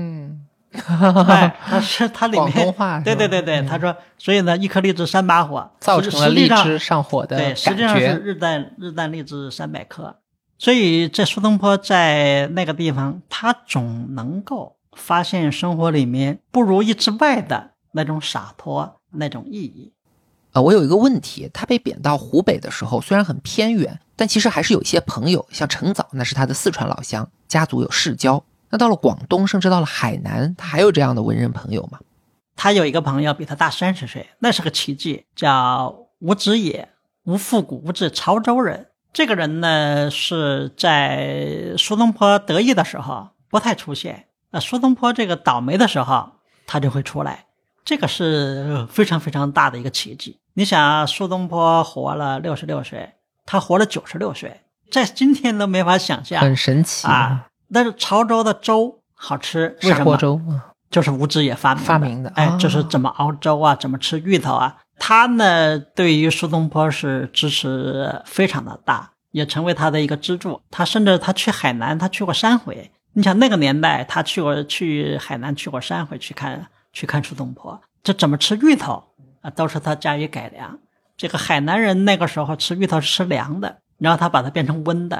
他里面广东话， 对，他说，所以呢，1颗荔枝3把火， 造成了荔枝上火的感觉。 对，实际上是日啖荔枝300颗。所以这苏东坡在那个地方，他总能够发现生活里面不如意之外的那种洒脱，那种意义。 我有一个问题，他被贬到湖北的时候，虽然很偏远，但其实还是有一些朋友，像陈藻，那是他的四川老乡，家族有世交。那到了广东，甚至到了海南，他还有这样的文人朋友吗？ 他有一个朋友比他大30岁，那是个奇迹，叫吴子野，吴复古，吴字潮州人。这个人呢是在苏东坡得意的时候不太出现，苏东坡这个倒霉的时候他就会出来，这个是非常非常大的一个奇迹。你想苏东坡活了66岁，他活了96岁，在今天都没法想象， 很神奇啊！但是潮州的粥好吃，为什么？ 砂锅粥就是吴子野发明的，就是怎么熬粥啊，怎么吃芋头啊。他呢对于苏东坡是支持非常的大，也成为他的一个支柱。他甚至他去海南，他去过3回。你想那个年代，他去海南去过3回，去看苏东坡。这怎么吃芋头啊，都是他加以改良。这个海南人那个时候吃芋头是吃凉的，然后他把它变成温的。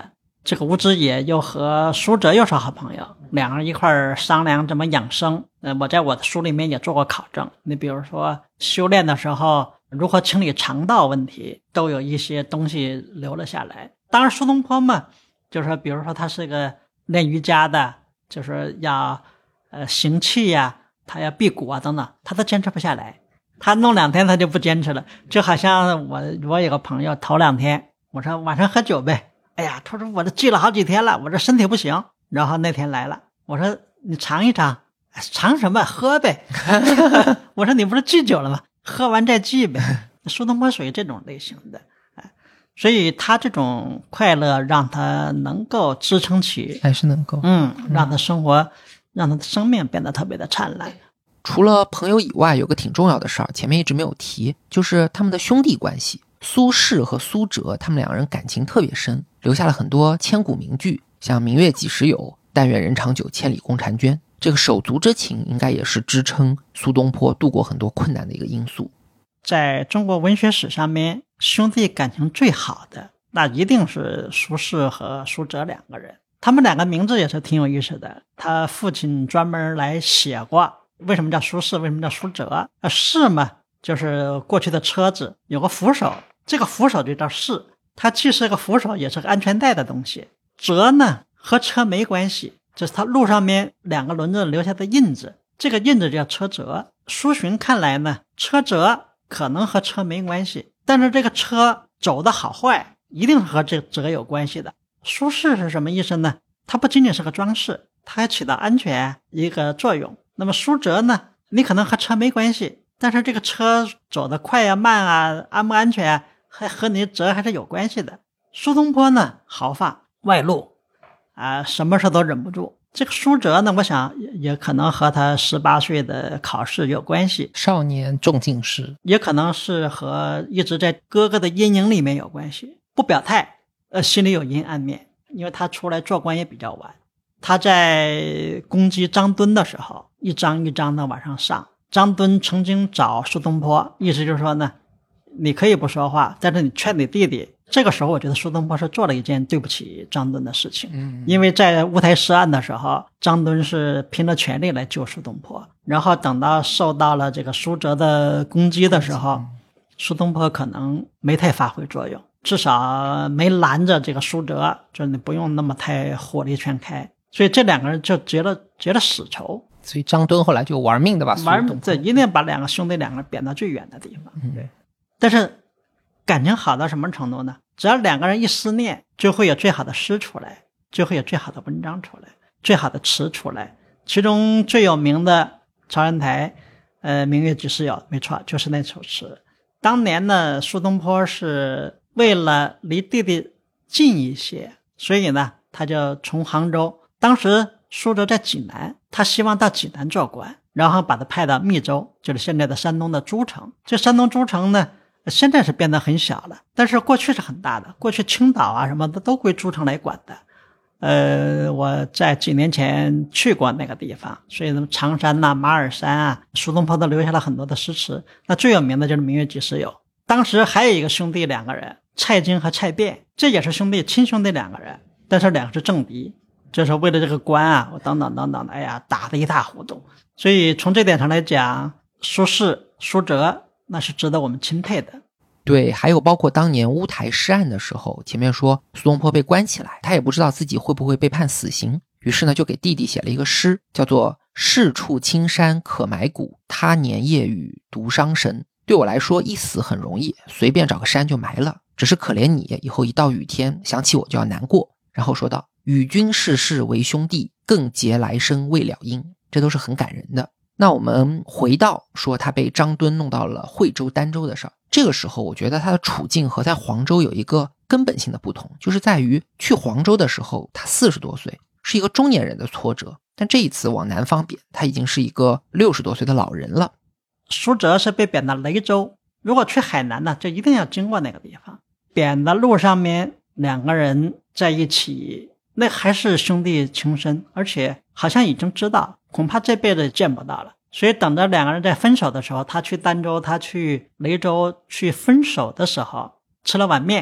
这个吴知野又和苏辙又是好朋友，两个人一块儿商量怎么养生。我在我的书里面也做过考证，你比如说修炼的时候如何清理肠道问题，都有一些东西留了下来。当然苏东坡嘛，就是说比如说他是个练瑜伽的，就是要行气呀，他要辟谷啊等等，他都坚持不下来，他弄2天他就不坚持了。就好像我有个朋友头2天我说晚上喝酒呗，哎呀，他说我这忌了好几天了，我这身体不行。然后那天来了，我说你尝一尝。尝什么？喝呗。我说你不是忌酒了吗？喝完再忌呗。苏东坡属于这种类型的，所以他这种快乐让他能够支撑起， 还是能够， 让他生活，让他的生命变得特别的灿烂。 除了朋友以外，有个挺重要的事儿，前面一直没有提，就是他们的兄弟关系。苏轼和苏辙，他们两人感情特别深，留下了很多千古名句，像明月几时有，但愿人长久，千里共婵娟。这个手足之情应该也是支撑苏东坡度过很多困难的一个因素。 在中国文学史上面，兄弟感情最好的那一定是苏轼和苏辙两个人。他们两个名字也是挺有意思的，他父亲专门来写过为什么叫苏轼，为什么叫苏辙。轼嘛，就是过去的车子有个扶手，这个扶手就叫轼，它既是个扶手也是个安全带的东西。辙呢和车没关系，这是它路上面2个轮子留下的印子，这个印子叫车辙。苏洵看来呢，车辙可能和车没关系，但是这个车走的好坏一定是和这个辙有关系的。苏轼是什么意思呢？它不仅仅是个装饰，它还起到安全一个作用。那么苏辙呢，你可能和车没关系，但是这个车走得快啊慢啊，安不安全还和你辙还是有关系的。苏东坡呢豪放外露什么事都忍不住。这个苏辙呢，我想也可能和他18岁的考试有关系， 少年中进士， 也可能是和一直在哥哥的阴影里面有关系，不表态，心里有阴暗面。因为他出来做官也比较晚，他在攻击张敦的时候一张一张的往上上。张敦曾经找苏东坡，意思就是说呢，你可以不说话，但是你劝你弟弟。这个时候我觉得苏东坡是做了一件对不起张敦的事情，因为在乌台诗案的时候，张敦是拼了全力来救苏东坡，然后等到受到了这个苏辙的攻击的时候，苏东坡可能没太发挥作用，至少没拦着这个苏辙，就是你不用那么太火力全开，所以这2个人就结了死仇。 所以张敦后来就玩命的把苏东坡， 这一定把2个兄弟2个人贬到最远的地方。对，但是感情好到什么程度呢？只要2个人一思念，就会有最好的诗出来，就会有最好的文章出来，最好的词出来。其中最有名的曹仁台明月几时有，没错，就是那首诗。当年呢，苏东坡是为了离弟弟近一些，所以呢他就从杭州，当时苏辙在济南，他希望到济南做官，然后把他派到密州，就是现在的山东的诸城。这山东诸城呢现在是变得很小了，但是过去是很大的，过去青岛啊什么的都归诸城来管的。我在几年前去过那个地方，所以常山啊马尔山啊，苏东坡都留下了很多的诗词。那最有名的就是明月几时有。当时还有一个兄弟2个人，蔡京和蔡卞，这也是兄弟，亲兄弟2个人，但是2个是政敌，就是为了这个官啊等等等等的，哎呀打得一塌糊涂。所以从这点上来讲，苏轼苏辙那是值得我们钦佩的。 对，还有包括当年乌台诗案的时候，前面说苏东坡被关起来，他也不知道自己会不会被判死刑，于是呢就给弟弟写了一个诗，叫做是处青山可埋骨，他年夜雨独伤身。对我来说一死很容易，随便找个山就埋了，只是可怜你以后一到雨天想起我就要难过。然后说道与君世世为兄弟，更结来生未了因，这都是很感人的。那我们回到说他被张敦弄到了惠州儋州的事儿，这个时候我觉得他的处境和在黄州有一个根本性的不同，就是在于去黄州的时候他40多岁，是一个中年人的挫折，但这一次往南方贬，他已经是一个60多岁的老人了。 苏辙是被贬到雷州，如果去海南呢，就一定要经过那个地方。贬的路上面2个人在一起，那还是兄弟情深，而且好像已经知道恐怕这辈子见不到了，所以等着2个人在分手的时候，他去儋州，他去雷州去分手的时候，吃了碗面，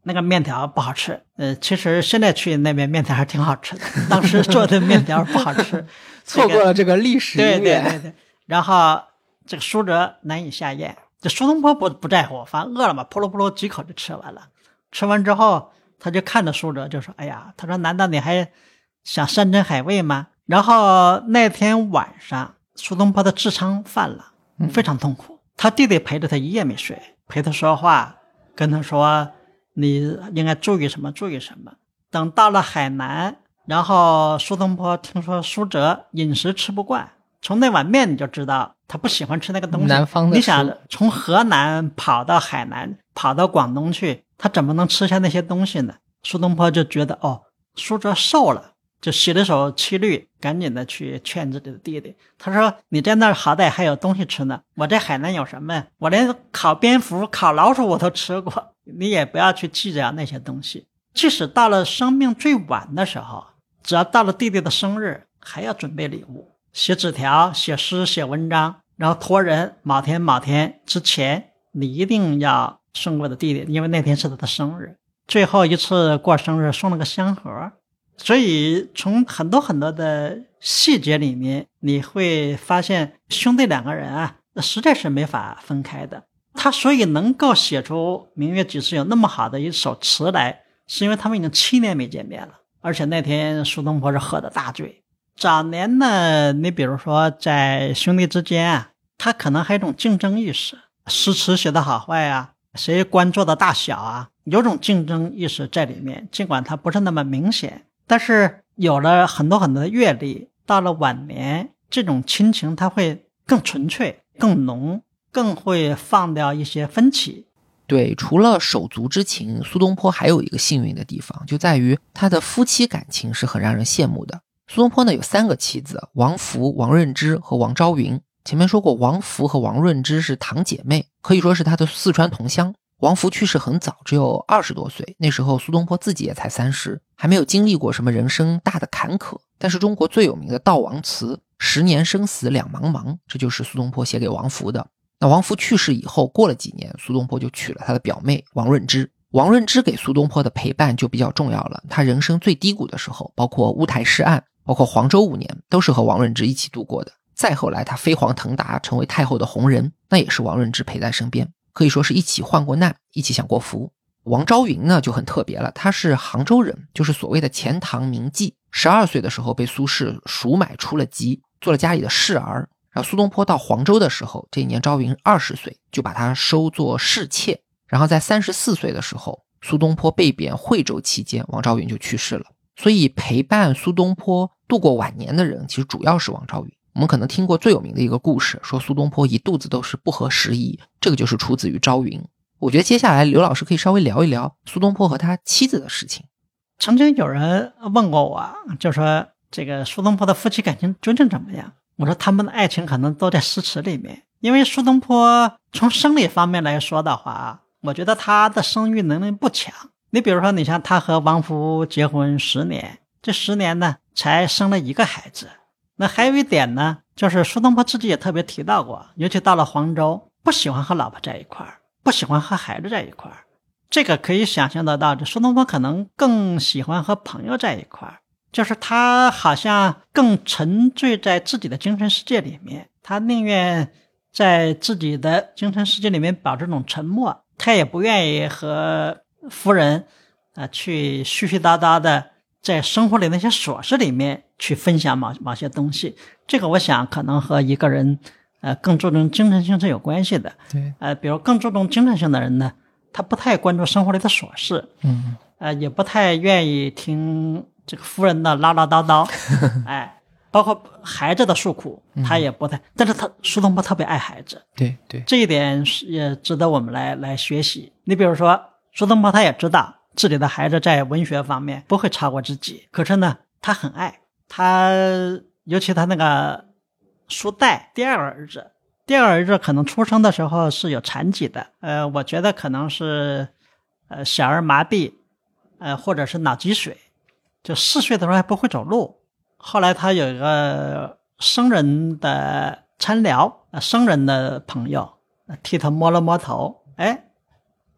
那个面条不好吃。其实现在去那边面条还挺好吃的，当时做的面条不好吃， 错过了这个历史对渊源。 对对对。然后这个苏辙难以下咽，这苏东坡不在乎，反正饿了嘛，扑噜扑噜几口就吃完了。吃完之后，他就看着苏辙就说：“哎呀，他说难道你还想山珍海味吗？”然后那天晚上，苏东坡的痔疮犯了，非常痛苦。他弟弟陪着他一夜没睡，陪他说话，跟他说你应该注意什么注意什么。等到了海南，然后苏东坡听说苏辙饮食吃不惯，从那碗面你就知道他不喜欢吃那个东西。 南方的你想从河南跑到海南，跑到广东去，他怎么能吃下那些东西呢？苏东坡就觉得苏辙瘦了，就洗了手七律，赶紧的去劝自己的弟弟。他说你在那儿好歹还有东西吃呢，我在海南有什么？我连烤蝙蝠烤老鼠我都吃过，你也不要去计较那些东西。即使到了生命最晚的时候，只要到了弟弟的生日，还要准备礼物，写纸条写诗写文章，然后托人某天之前你一定要送给我的弟弟，因为那天是他的生日。最后一次过生日送了个香盒。所以从很多的细节里面，你会发现兄弟两个人啊，实在是没法分开的。他所以能够写出明月几时有那么好的一首词来，是因为他们已经7年没见面了。而且那天苏东坡是喝的大醉。早年呢，你比如说在兄弟之间啊，他可能还有一种竞争意识，诗词写的好坏啊，谁官做的大小啊，有种竞争意识在里面，尽管它不是那么明显。但是有了很多的阅历，到了晚年，这种亲情它会更纯粹更浓，更会放掉一些分歧。 对，除了手足之情，苏东坡还有一个幸运的地方，就在于他的夫妻感情是很让人羡慕的。苏东坡呢有3个妻子，王弗、王润之和王昭云。前面说过，王弗和王润之是堂姐妹，可以说是他的四川同乡。王弗去世很早，只有20多岁，那时候苏东坡自己也才30，还没有经历过什么人生大的坎坷。但是中国最有名的悼亡词10年生死两茫茫，这就是苏东坡写给王弗的。那王弗去世以后，过了几年，苏东坡就娶了他的表妹王润之。王润之给苏东坡的陪伴就比较重要了，他人生最低谷的时候，包括乌台诗案，包括黄州5年，都是和王润之一起度过的。再后来他飞黄腾达，成为太后的红人，那也是王润之陪在身边，可以说是一起患过难，一起享过福。王昭云呢就很特别了，他是杭州人，就是所谓的钱塘名妓。12岁的时候被苏轼赎买出了籍，做了家里的侍儿。然后苏东坡到黄州的时候，这一年昭云20岁，就把他收做侍妾。然后在34岁的时候，苏东坡被贬惠州期间，王昭云就去世了。所以陪伴苏东坡度过晚年的人，其实主要是王昭云。我们可能听过最有名的一个故事，说苏东坡一肚子都是不合时宜，这个就是出自于昭云。我觉得接下来刘老师可以稍微聊一聊苏东坡和他妻子的事情。 曾经有人问过我，就说这个苏东坡的夫妻感情究竟怎么样？我说他们的爱情可能都在诗词里面。因为苏东坡从生理方面来说的话，我觉得他的生育能力不强。你比如说，你像他和王弗结婚10年，这10年呢才生了1个孩子。那还有一点呢，就是苏东坡自己也特别提到过，尤其到了黄州，不喜欢和老婆在一块儿，不喜欢和孩子在一块儿。这个可以想象得到，这苏东坡可能更喜欢和朋友在一块儿，就是他好像更沉醉在自己的精神世界里面，他宁愿在自己的精神世界里面保持这种沉默，他也不愿意和夫人去絮絮叨叨的在生活里那些琐事里面去分享某些东西。这个我想可能和一个人更注重精神性是有关系的。 对， 比如更注重精神性的人呢，他不太关注生活里的琐事，也不太愿意听这个夫人的唠唠叨叨，包括孩子的诉苦，他也不太，但是苏东坡特别爱孩子， 对对， 这一点也值得我们来学习。你比如说，苏东坡他也知道自己的孩子在文学方面不会超过自己，可是呢，他很爱他，尤其他那个苏岱第二个儿子可能出生的时候是有残疾的，我觉得可能是小儿麻痹，或者是脑积水，就4岁的时候还不会走路。后来他有一个僧人的参聊，僧人的朋友替他摸了摸头，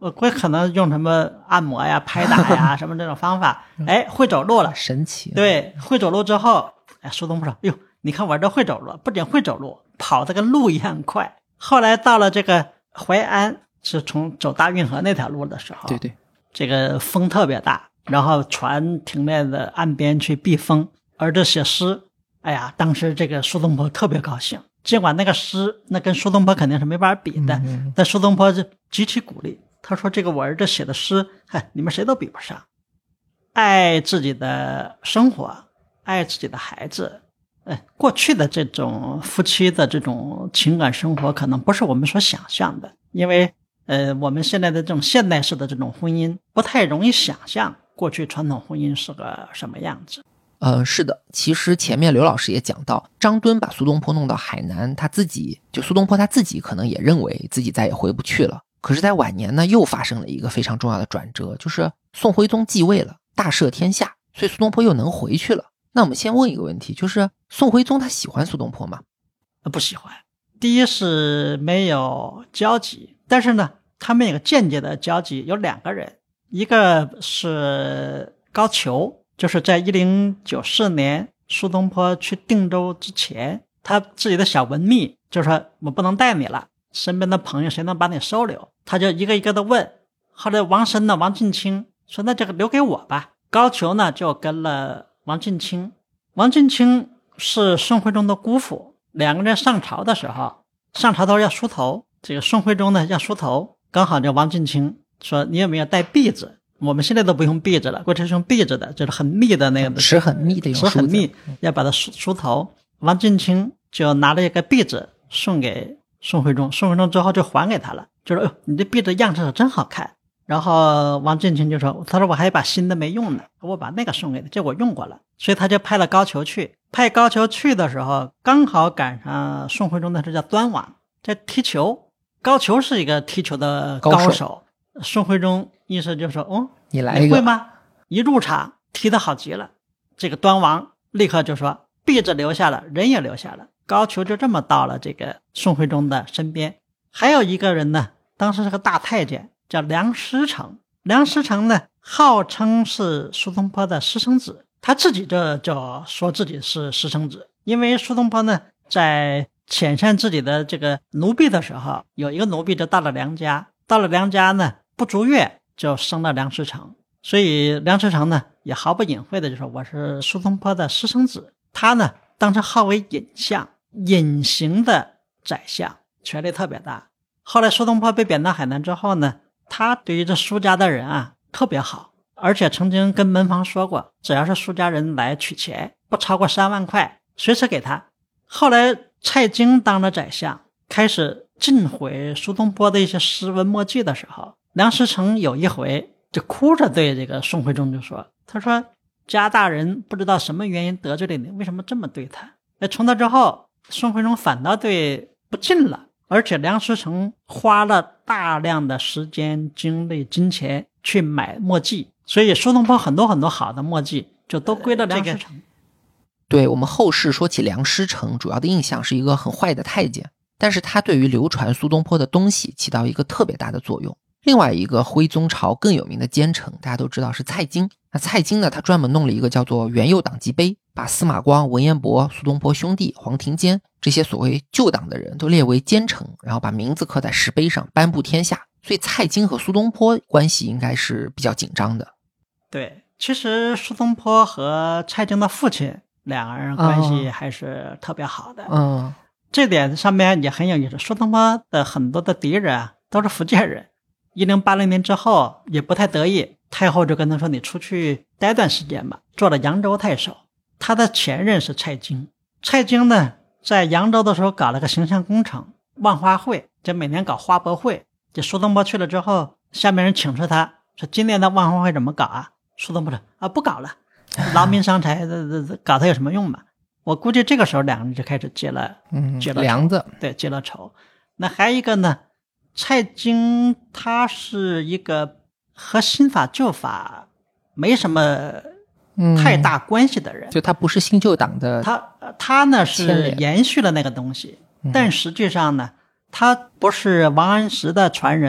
我估计可能用什么按摩呀、拍打呀什么这种方法，哎，会走路了， 神奇。 对，会走路之后，哎，苏东坡说：“哟，你看我这会走路，不仅会走路，跑得跟鹿一样快。”后来到了这个淮安，是从走大运河那条路的时候， 对对， 这个风特别大，然后船停在了岸边去避风，儿子写诗，哎呀，当时这个苏东坡特别高兴。尽管那个诗那跟苏东坡肯定是没法比的，但苏东坡是极其鼓励。他说：“这个我儿子写的诗，嗨，你们谁都比不上。爱自己的生活，爱自己的孩子。过去的这种夫妻的这种情感生活，可能不是我们所想象的，因为我们现在的这种现代式的这种婚姻，不太容易想象过去传统婚姻是个什么样子。” 是的，其实前面刘老师也讲到，张敦把苏东坡弄到海南，苏东坡他自己可能也认为自己再也回不去了。可是在晚年呢，又发生了一个非常重要的转折，就是宋徽宗继位了，大赦天下，所以苏东坡又能回去了。那我们先问一个问题，就是宋徽宗他喜欢苏东坡吗？ 不喜欢。第一是没有交集，但是呢，他们有个间接的交集，有2个人，一个是高俅，就是在1094年苏东坡去定州之前，他自己的小文秘就说我不能带你了，身边的朋友谁能把你收留，他就一个一个的问。后来王申呢，王近卿说那这个留给我吧。高俅呢就跟了王近卿，王近卿是宋徽宗的姑父，2个人上朝的时候，上朝都要梳头，这个宋徽宗呢要梳头，刚好就王近卿说你有没有带篦子，我们现在都不用篦子了，过去是用篦子的，就是很密的那个齿很密的， 齿很密，要把它梳头。王近卿就拿了一个篦子送给宋徽宗，宋徽宗之后就还给他了，就说你这篦子样式真好看。然后王近卿就说，他说我还有把新的没用呢，我把那个送给你，这我用过了。所以他就派了高俅去，派高俅去的时候刚好赶上宋徽宗那时候叫端网，在踢球，高俅是一个踢球的高手。宋徽宗意思就说你来一个， 你会吗？一入场踢得好极了，这个端王立刻就说篦子留下了，人也留下了。高俅就这么到了这个宋徽宗的身边。还有一个人呢，当时是个大太监，叫梁师成。梁师成呢号称是苏东坡的私生子，他自己就说自己是私生子。因为苏东坡呢在遣散自己的这个奴婢的时候，有一个奴婢就到了梁家，呢不足月就生了梁师成，所以梁师成呢也毫不隐晦的就说我是苏东坡的私生子。他呢当时号为隐相，隐形的宰相，权力特别大。后来苏东坡被贬到海南之后呢，他对于这苏家的人啊特别好，而且曾经跟门房说过，只要是苏家人来取钱，不超过3万块，随时给他。后来蔡京当了宰相，开始尽毁苏东坡的一些诗文墨迹的时候，梁师成有一回就哭着对这个宋徽宗就说，他说家大人不知道什么原因得罪了你，为什么这么对他？从那之后宋徽宗反倒对不敬了，而且梁师成花了大量的时间精力金钱去买墨迹，所以苏东坡很多很多好的墨迹就都归了梁师成。 对，我们后世说起梁师成，主要的印象是一个很坏的太监，但是他对于流传苏东坡的东西起到一个特别大的作用。另外一个徽宗朝更有名的奸臣，大家都知道是蔡京。那蔡京呢，他专门弄了一个叫做元佑党籍碑，把司马光、文彦博、苏东坡兄弟、黄庭坚这些所谓旧党的人都列为奸臣，然后把名字刻在石碑上，颁布天下。所以蔡京和苏东坡关系应该是比较紧张的。 对，其实苏东坡和蔡京的父亲2个人关系还是特别好的。这点上面也很有意思。苏东坡的很多的敌人啊都是福建人。1080年之后也不太得意，太后就跟他说你出去待段时间吧，做了扬州太守。他的前任是蔡京，蔡京呢在扬州的时候搞了个形象工程万花会，就每年搞花博会。这苏东坡去了之后，下面人请示他说今年的万花会怎么搞啊？苏东坡说不搞了，劳民伤财搞它有什么用嘛？我估计这个时候2个人就开始结了梁子， 对，结了仇。那还有一个呢，蔡京他是一个和新法旧法没什么太大关系的人， 就他不是新旧党的， 他呢是延续了那个东西，但实际上呢他不是王安石的传人，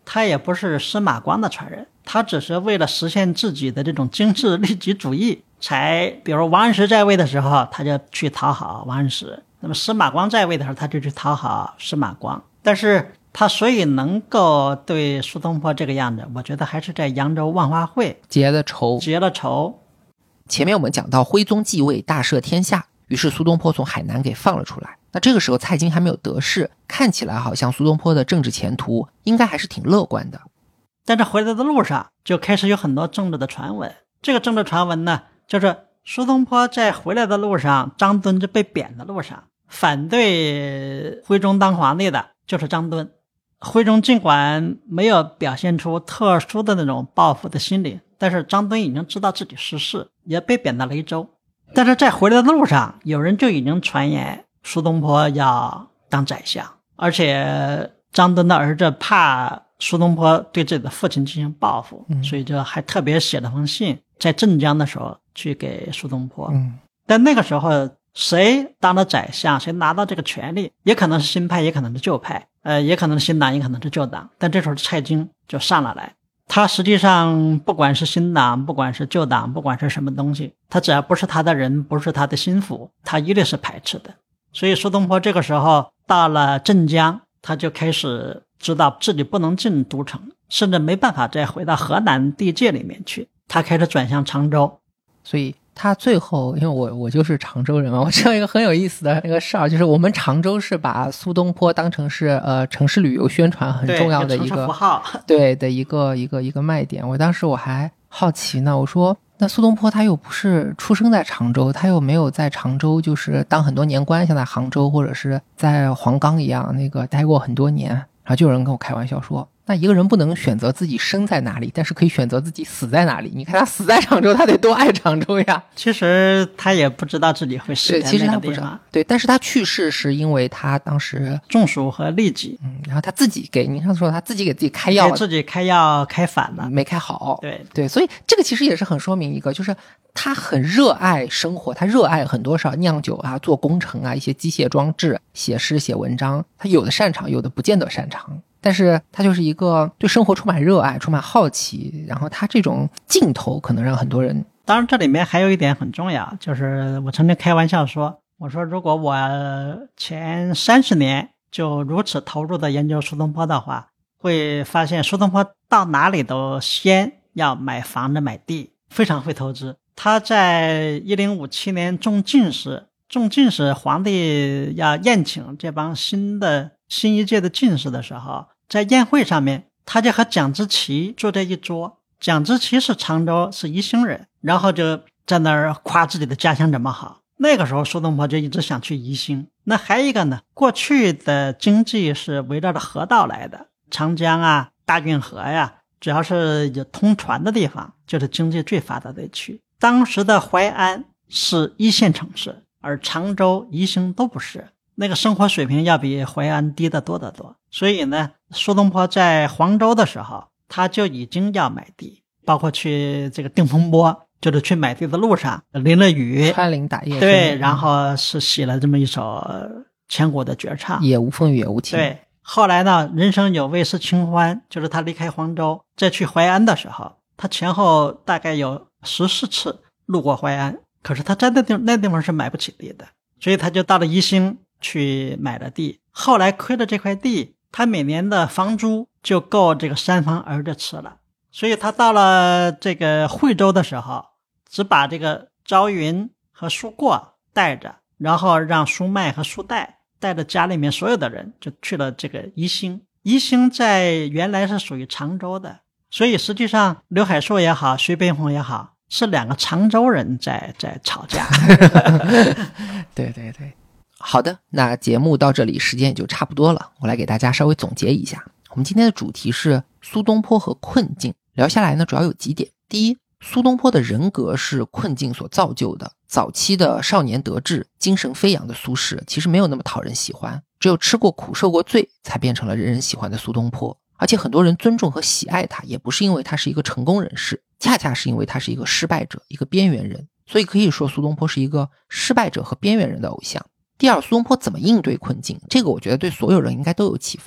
他也不是司马光的传人，他只是为了实现自己的这种经济利己主义，才比如王安石在位的时候，他就去讨好王安石，那么司马光在位的时候，他就去讨好司马光。但是他所以能够对苏东坡这个样子，我觉得还是在扬州万花会结了仇。 前面我们讲到徽宗继位，大赦天下，于是苏东坡从海南给放了出来。那这个时候蔡京还没有得势，看起来好像苏东坡的政治前途应该还是挺乐观的。 但是回来的路上就开始有很多政治的传闻，这个政治传闻呢，就是苏东坡在回来的路上，张敦就被贬的路上，反对徽宗当皇帝的就是张敦。徽宗尽管没有表现出特殊的那种报复的心理，但是张敦已经知道自己失势，也被贬到雷州。但是在回来的路上，有人就已经传言苏东坡要当宰相，而且张敦的儿子怕苏东坡对自己的父亲进行报复，所以就还特别写了封信，在镇江的时候去给苏东坡。但那个时候谁当了宰相，谁拿到这个权利，也可能是新派，也可能是旧派，也可能是新党，也可能是旧党。但这时候蔡京就上了来，他实际上不管是新党，不管是旧党，不管是什么东西，他只要不是他的人，不是他的心腹，他一律是排斥的。所以苏东坡这个时候到了镇江，他就开始知道自己不能进都城，甚至没办法再回到河南地界里面去，他开始转向常州。 所以他最后，因为我就是常州人嘛，我知道一个很有意思的那个事儿，就是我们常州是把苏东坡当成是城市旅游宣传很重要的一个符号， 对的一个卖点。当时我还好奇呢，我说那苏东坡他又不是出生在常州，他又没有在常州就是当很多年官，像在杭州或者是在黄冈一样那个待过很多年。然后就有人跟我开玩笑说，那一个人不能选择自己生在哪里，但是可以选择自己死在哪里。你看他死在常州，他得多爱常州呀。 其实他也不知道自己会死在那个地方。 对，但是他去世是因为他当时中暑和痢疾， 然后他自己给你上次说他自己给自己开药， 自己开药开反了， 没开好。 对， 所以这个其实也是很说明一个，就是他很热爱生活，他热爱很多事儿，酿酒啊，做工程啊，一些机械装置，写诗写文章，他有的擅长，有的不见得擅长。但是他就是一个对生活充满热爱，充满好奇，然后他这种劲头可能让很多人。 当然这里面还有一点很重要，就是我曾经开玩笑说，我说如果我前30年就如此投入的研究苏东坡的话，会发现苏东坡到哪里都先要买房子买地，非常会投资。他在1057年中进士皇帝要宴请这帮新一届的进士的时候，在宴会上面他就和蒋之奇坐在一桌，蒋之奇是常州，是宜兴人，然后就在那儿夸自己的家乡怎么好。那个时候苏东坡就一直想去宜兴。那还有一个呢，过去的经济是围绕着河道来的，长江啊，大运河呀，只要是有通船的地方就是经济最发达的区。当时的淮安是1线城市，而常州、宜兴都不是，那个生活水平要比淮安低得多得多。所以呢，苏东坡在黄州的时候他就已经要买地，包括去这个定风波，就是去买地的路上淋了雨， 穿林打叶， 对，然后是写了这么一首千古的绝唱， 也无风雨也无晴。 对，后来呢，人生有味是清欢，就是他离开黄州再去淮安的时候，他前后大概有14次路过淮安，可是他在那地方是买不起地的，所以他就到了宜兴去买了地。后来亏了这块地，他每年的房租就够这个3房儿子吃了，所以他到了这个惠州的时候，只把这个朝云和苏过带着，然后让苏迈和苏代带着家里面所有的人就去了这个宜兴。宜兴在原来是属于常州的，所以实际上刘海粟也好，徐悲鸿也好，是2个常州人在吵架。 对对对，好的，那节目到这里时间也就差不多了，我来给大家稍微总结一下。我们今天的主题是苏东坡和困境，聊下来呢主要有几点。第一，苏东坡的人格是困境所造就的，早期的少年得志精神飞扬的苏轼其实没有那么讨人喜欢，只有吃过苦受过罪才变成了人人喜欢的苏东坡。而且很多人尊重和喜爱他，也不是因为他是一个成功人士，恰恰是因为他是一个失败者，一个边缘人。所以可以说苏东坡是一个失败者和边缘人的偶像。第二，苏东坡怎么应对困境，这个我觉得对所有人应该都有启发。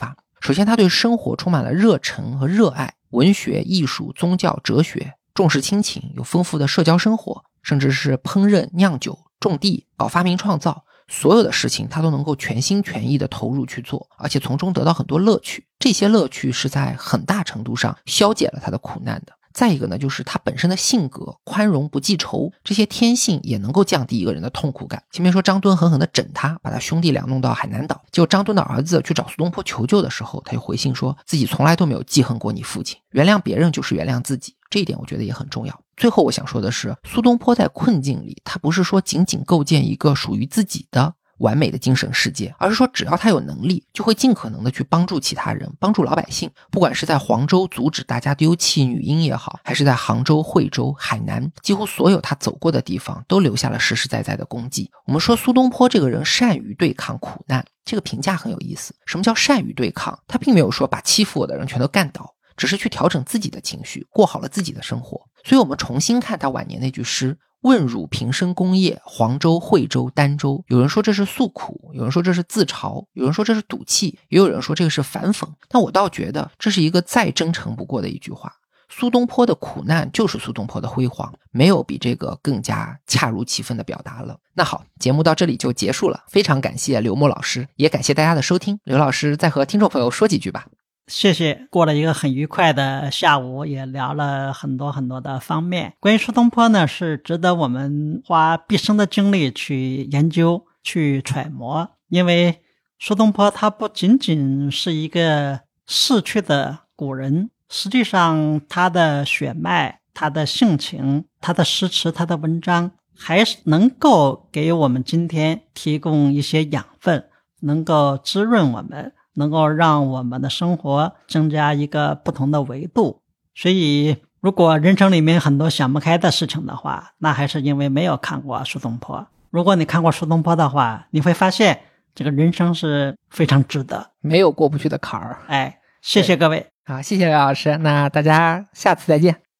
首先他对生活充满了热忱和热爱，文学、艺术、宗教、哲学，重视亲情，有丰富的社交生活，甚至是烹饪、酿酒、种地、搞发明创造，所有的事情他都能够全心全意地投入去做，而且从中得到很多乐趣，这些乐趣是在很大程度上消解了他的苦难的。再一个呢，就是他本身的性格宽容不记仇，这些天性也能够降低一个人的痛苦感。前面说张敦狠狠地整他，把他兄弟俩弄到海南岛，结果张敦的儿子去找苏东坡求救的时候，他就回信说自己从来都没有记恨过你父亲，原谅别人就是原谅自己，这一点我觉得也很重要。最后我想说的是，苏东坡在困境里，他不是说仅仅构建一个属于自己的完美的精神世界，而是说只要他有能力，就会尽可能的去帮助其他人，帮助老百姓。不管是在黄州阻止大家丢弃女婴也好，还是在杭州、惠州、海南，几乎所有他走过的地方都留下了实实在在的功绩。我们说苏东坡这个人善于对抗苦难，这个评价很有意思。什么叫善于对抗？他并没有说把欺负我的人全都干倒，只是去调整自己的情绪，过好了自己的生活。所以我们重新看他晚年那句诗，问汝平生功业，黄州、惠州、儋州。有人说这是诉苦，有人说这是自嘲，有人说这是赌气，也有人说这个是反讽。但我倒觉得这是一个再真诚不过的一句话。苏东坡的苦难就是苏东坡的辉煌，没有比这个更加恰如其分的表达了。那好，节目到这里就结束了，非常感谢刘墨老师，也感谢大家的收听。刘老师再和听众朋友说几句吧。 谢谢，过了一个很愉快的下午，也聊了很多很多的方面。关于苏东坡呢，是值得我们花毕生的精力去研究、去揣摩，因为苏东坡他不仅仅是一个逝去的古人，实际上他的血脉、他的性情、他的诗词、他的文章，还是能够给我们今天提供一些养分，能够滋润我们，能够让我们的生活增加一个不同的维度。所以如果人生里面很多想不开的事情的话，那还是因为没有看过苏东坡。如果你看过苏东坡的话，你会发现这个人生是非常值得， 没有过不去的坎儿。 谢谢各位。 好，谢谢刘老师，那大家下次再见。